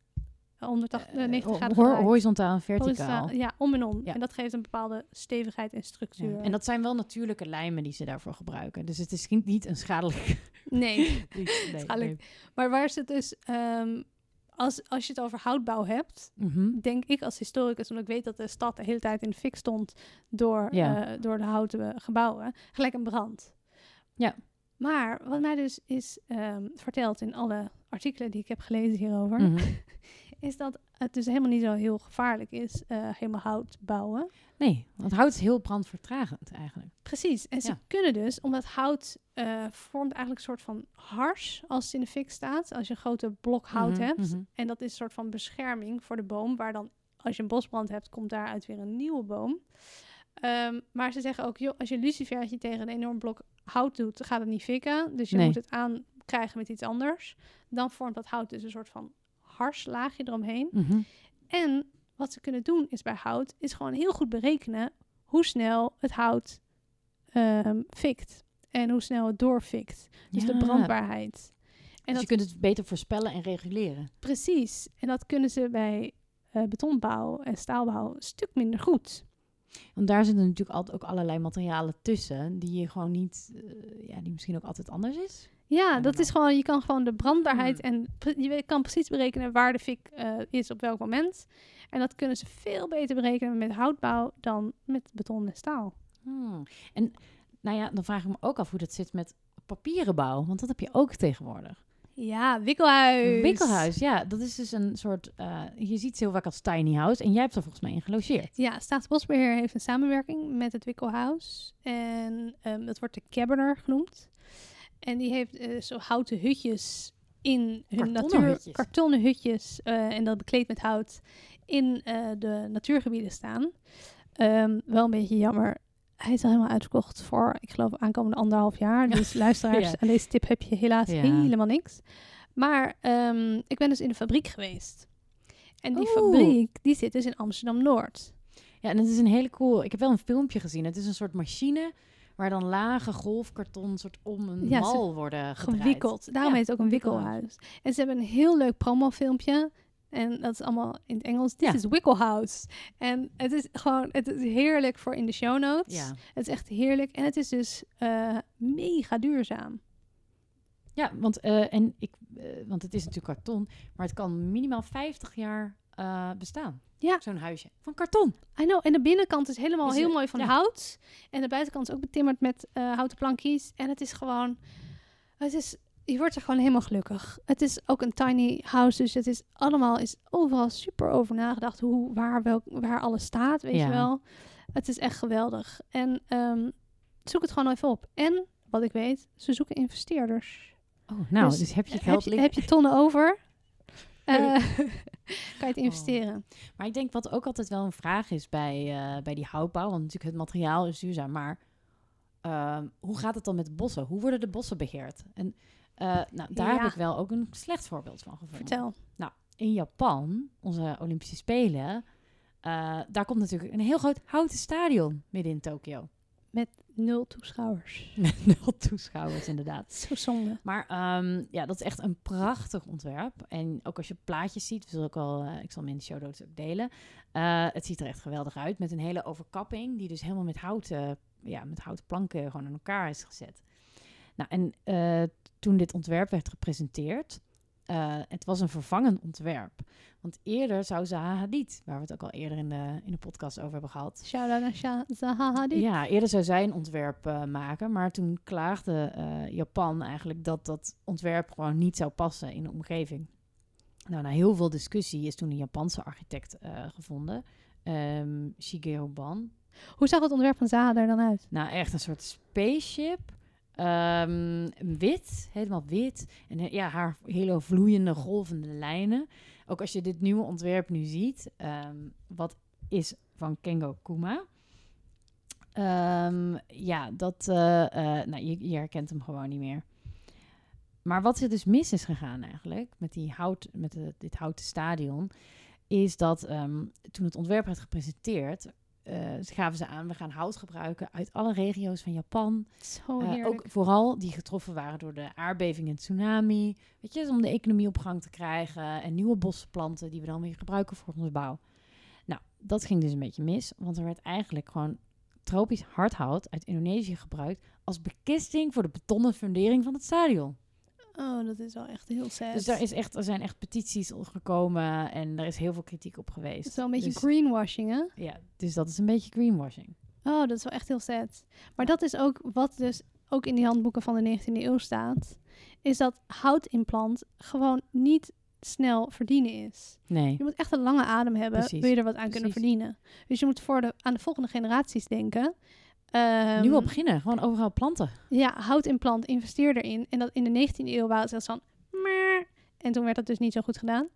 90 graden horizontaal en verticaal. Ja, om en om. Ja. En dat geeft een bepaalde stevigheid en structuur. Ja. En dat zijn wel natuurlijke lijmen die ze daarvoor gebruiken. Dus het is niet een schadelijk... Nee, schadelijk. Maar waar is het dus... Als je het over houtbouw hebt, denk ik als historicus, omdat ik weet dat de stad de hele tijd in de fik stond door de houten gebouwen, gelijk een brand. Ja. Maar wat mij dus is verteld in alle artikelen die ik heb gelezen hierover, is dat het dus helemaal niet zo heel gevaarlijk is, helemaal hout bouwen. Nee, want hout is heel brandvertragend eigenlijk. Precies. En ze kunnen dus, omdat hout vormt eigenlijk een soort van hars als het in de fik staat. Als je een grote blok hout hebt. En dat is een soort van bescherming voor de boom, waar dan, als je een bosbrand hebt, komt daaruit weer een nieuwe boom. Maar ze zeggen ook, joh, als je een lucifertje tegen een enorm blok hout doet, gaat het niet fikken. Dus je moet het aankrijgen met iets anders. Dan vormt dat hout dus een soort van harslaagje eromheen. En wat ze kunnen doen is bij hout, is gewoon heel goed berekenen hoe snel het hout fikt. En hoe snel het doorfikt. Dus de brandbaarheid. En Dus je kunt het beter voorspellen en reguleren. Precies. En dat kunnen ze bij betonbouw en staalbouw een stuk minder goed. Want daar zitten natuurlijk altijd ook allerlei materialen tussen die je gewoon niet, die misschien ook altijd anders is. Ja, dat is gewoon, je kan gewoon de brandbaarheid en je kan precies berekenen waar de fik is op welk moment. En dat kunnen ze veel beter berekenen met houtbouw dan met beton en staal. En nou ja, dan vraag ik me ook af hoe dat zit met papieren bouw, want dat heb je ook tegenwoordig. Ja, wikkelhuis. Wikkelhuis, ja. Dat is dus een soort, je ziet het heel vaak als tiny house en jij hebt er volgens mij in gelogeerd. Ja, Staatsbosbeheer heeft een samenwerking met het wikkelhuis. En dat wordt de Cabiner genoemd. En die heeft zo houten hutjes in hun kartonnen hutjes. En dat bekleed met hout in de natuurgebieden staan. Wel een beetje jammer. Hij is al helemaal uitverkocht voor, ik geloof, aankomende 1,5 jaar. Dus luisteraars, aan deze tip heb je helaas helemaal niks. Maar ik ben dus in de fabriek geweest. En die fabriek, die zit dus in Amsterdam-Noord. Ja, en het is een hele cool... Ik heb wel een filmpje gezien. Het is een soort machine waar dan lage golfkarton soort om een mal worden gedraaid. Gewikkeld. Daarom heet het ook een wikkelhuis. En ze hebben een heel leuk promofilmpje. En dat is allemaal in het Engels. This is Wikkelhouse. En het is gewoon, het is heerlijk voor in de show notes. Ja. Het is echt heerlijk. En het is dus mega duurzaam. Ja, want het is natuurlijk karton, maar het kan minimaal 50 jaar bestaan. Ja. Zo'n huisje van karton. I know. En de binnenkant is helemaal heel mooi van hout. En de buitenkant is ook betimmerd met houten plankjes. En het is gewoon, je wordt er gewoon helemaal gelukkig. Het is ook een tiny house, dus het is overal super over nagedacht waar alles staat, weet je wel. Het is echt geweldig. En zoek het gewoon even op. En, wat ik weet, ze zoeken investeerders. Oh, nou, dus heb je geld liggen? Heb je tonnen over? Kan je het investeren. Maar ik denk wat ook altijd wel een vraag is bij die houtbouw, want natuurlijk het materiaal is duurzaam, maar hoe gaat het dan met de bossen? Hoe worden de bossen beheerd? En daar heb ik wel ook een slecht voorbeeld van gevonden. Vertel. Nou, in Japan, onze Olympische Spelen, daar komt natuurlijk een heel groot houten stadion midden in Tokio. Met 0 toeschouwers. Met 0 toeschouwers, inderdaad. Zo zonde. Maar dat is echt een prachtig ontwerp. En ook als je plaatjes ziet, ik zal hem in de show notes ook delen. Het ziet er echt geweldig uit. Met een hele overkapping die dus helemaal met houten planken gewoon aan elkaar is gezet. Nou, en toen dit ontwerp werd gepresenteerd, het was een vervangend ontwerp. Want eerder zou Zaha Hadid, waar we het ook al eerder in de podcast over hebben gehad. Shout-out naar Zaha Hadid. Ja, eerder zou zij een ontwerp maken. Maar toen klaagde Japan eigenlijk dat ontwerp gewoon niet zou passen in de omgeving. Nou, na heel veel discussie is toen een Japanse architect gevonden. Shigeru Ban. Hoe zag het ontwerp van Zaha er dan uit? Nou, echt een soort spaceship. Wit, helemaal wit. En haar hele vloeiende, golvende lijnen. Ook als je dit nieuwe ontwerp nu ziet, wat is van Kengo Kuma. Je herkent hem gewoon niet meer. Maar wat er dus mis is gegaan eigenlijk met dit houten stadion, is dat toen het ontwerp werd gepresenteerd, gaven ze aan, we gaan hout gebruiken uit alle regio's van Japan. Zo heerlijk. Ook vooral die getroffen waren door de aardbeving en tsunami. Weet je, om de economie op gang te krijgen en nieuwe bossen planten die we dan weer gebruiken voor onze bouw. Nou, dat ging dus een beetje mis, want er werd eigenlijk gewoon tropisch hardhout uit Indonesië gebruikt als bekisting voor de betonnen fundering van het stadion. Oh, dat is wel echt heel sad. Dus er zijn echt petities gekomen en er is heel veel kritiek op geweest. Het is wel een beetje greenwashing, hè? Ja, dus dat is een beetje greenwashing. Oh, dat is wel echt heel sad. Maar dat is ook wat dus ook in die handboeken van de 19e eeuw staat, is dat houtimplant gewoon niet snel verdienen is. Nee. Je moet echt een lange adem hebben, Precies. wil je er wat aan kunnen verdienen. Dus je moet aan de volgende generaties denken. Nu al beginnen, gewoon overal planten. Ja, houtimplant, investeer erin. En dat in de 19e eeuw waren ze van, meh. En toen werd dat dus niet zo goed gedaan.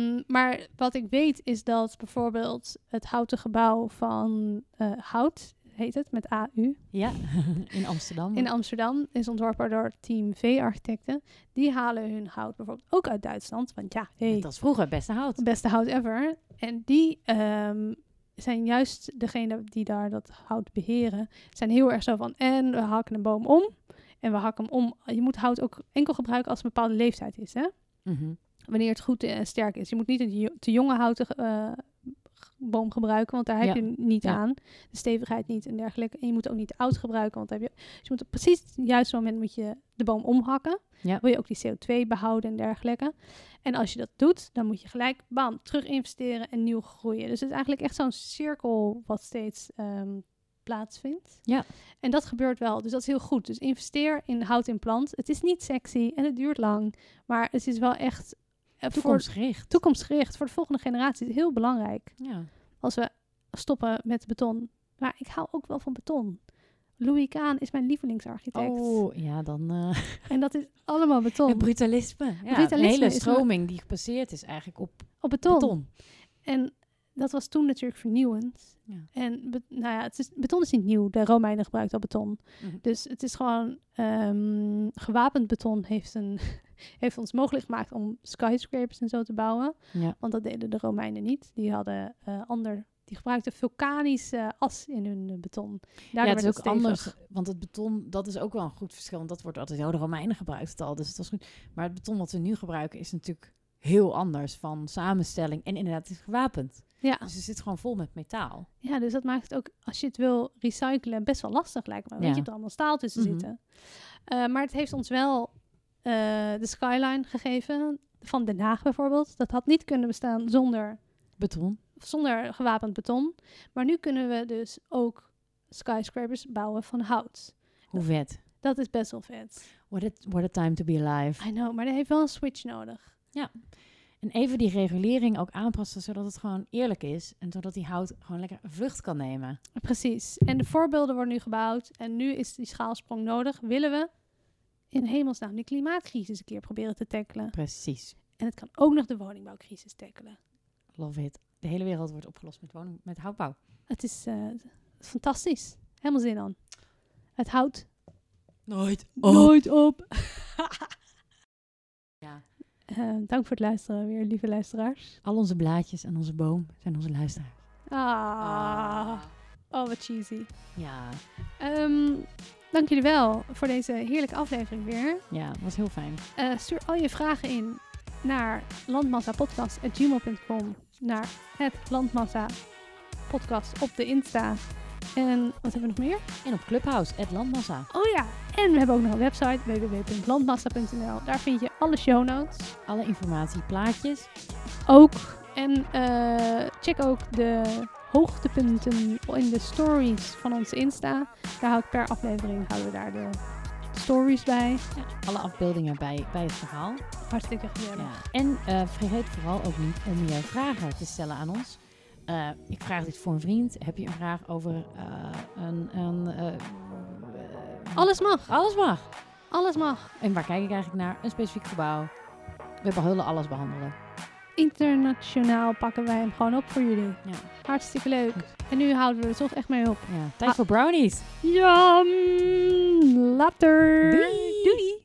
Maar wat ik weet is dat bijvoorbeeld het houten gebouw van hout, heet het, met AU. Ja, in Amsterdam. In Amsterdam is ontworpen door Team V-architecten. Die halen hun hout bijvoorbeeld ook uit Duitsland. Want ja, Dat was vroeger het beste hout. het beste hout ever. En die zijn juist degene die daar dat hout beheren. Zijn heel erg zo van, en we hakken een boom om. En we hakken hem om. Je moet hout ook enkel gebruiken als een bepaalde leeftijd is, hè? Mhm. Wanneer het goed en sterk is. Je moet niet een te jonge houten boom gebruiken, want daar heb je niet aan. De stevigheid niet en dergelijke. En je moet ook niet te oud gebruiken, want daar heb je... Dus je moet op precies het juiste moment moet je de boom omhakken. Ja. Wil je ook die CO2 behouden en dergelijke. En als je dat doet, dan moet je gelijk, bam, terug investeren en nieuw groeien. Dus het is eigenlijk echt zo'n cirkel wat steeds plaatsvindt. Ja. En dat gebeurt wel, dus dat is heel goed. Dus investeer in hout in plant. Het is niet sexy en het duurt lang, maar het is wel echt... Toekomstgericht. Toekomstgericht voor de volgende generatie is heel belangrijk. Ja. Als we stoppen met beton. Maar ik hou ook wel van beton. Louis Kahn is mijn lievelingsarchitect. Oh, ja, dan... En dat is allemaal beton. Het brutalisme. Ja, Brutalisme een hele is stroming die gebaseerd is eigenlijk op Op beton. beton. En dat was toen natuurlijk vernieuwend. Ja. En beton is niet nieuw. De Romeinen gebruikten al beton. Mhm. Dus het is gewoon... gewapend beton heeft ons mogelijk gemaakt om skyscrapers en zo te bouwen. Ja. Want dat deden de Romeinen niet. Die hadden die gebruikten vulkanische as in hun beton. Ja, Daardoor het is werd ook stevig. anders. Want het beton, dat is ook wel een goed verschil. Want dat wordt altijd, de Romeinen gebruikt het al. Dus het was goed. Maar het beton wat we nu gebruiken is natuurlijk heel anders van samenstelling. En inderdaad, het is gewapend. Ja. Dus het zit gewoon vol met metaal. Ja, dus dat maakt het ook, als je het wil recyclen, best wel lastig lijkt me. Want Ja. je hebt er allemaal staal tussen Mhm. zitten. Maar het heeft ons wel de skyline gegeven. Van Den Haag bijvoorbeeld. Dat had niet kunnen bestaan zonder gewapend beton. Maar nu kunnen we dus ook skyscrapers bouwen van hout. Hoe vet. Dat is best wel vet. What a time to be alive. I know, maar dat heeft wel een switch nodig. En even die regulering ook aanpassen, zodat het gewoon eerlijk is. En zodat die hout gewoon lekker een vlucht kan nemen. Precies. En de voorbeelden worden nu gebouwd. En nu is die schaalsprong nodig. Willen we in hemelsnaam die klimaatcrisis een keer proberen te tackelen. Precies. En het kan ook nog de woningbouwcrisis tackelen. Love it. De hele wereld wordt opgelost met houtbouw. Het is fantastisch. Helemaal zin aan. Het houdt nooit op. Ja. Dank voor het luisteren weer, lieve luisteraars. Al onze blaadjes en onze boom zijn onze luisteraars. Oh, wat cheesy. Ja. Dank jullie wel voor deze heerlijke aflevering weer. Ja, was heel fijn. Stuur al je vragen in naar landmassapodcast@gmail.com, naar het Landmassa podcast op de Insta. En wat hebben we nog meer? En op Clubhouse, @landmassa. Oh ja, en we hebben ook nog een website, www.landmassa.nl. Daar vind je alle show notes. Alle informatie, plaatjes. Ook. En check ook de hoogtepunten in de stories van onze Insta. Daar hou ik per aflevering houden we daar de stories bij. Ja, alle afbeeldingen bij het verhaal. Hartstikke gezellig. Ja. En vergeet vooral ook niet om je vragen te stellen aan ons. Ik vraag dit voor een vriend. Heb je een vraag over Alles mag. Alles mag. Alles mag. En waar kijk ik eigenlijk naar? Een specifiek gebouw. We willen alles behandelen. Internationaal pakken wij hem gewoon op voor jullie. Ja. Hartstikke leuk. En nu houden we er toch echt mee op. Ja. Tijd voor brownies. Yum! Later! Doei! Doei!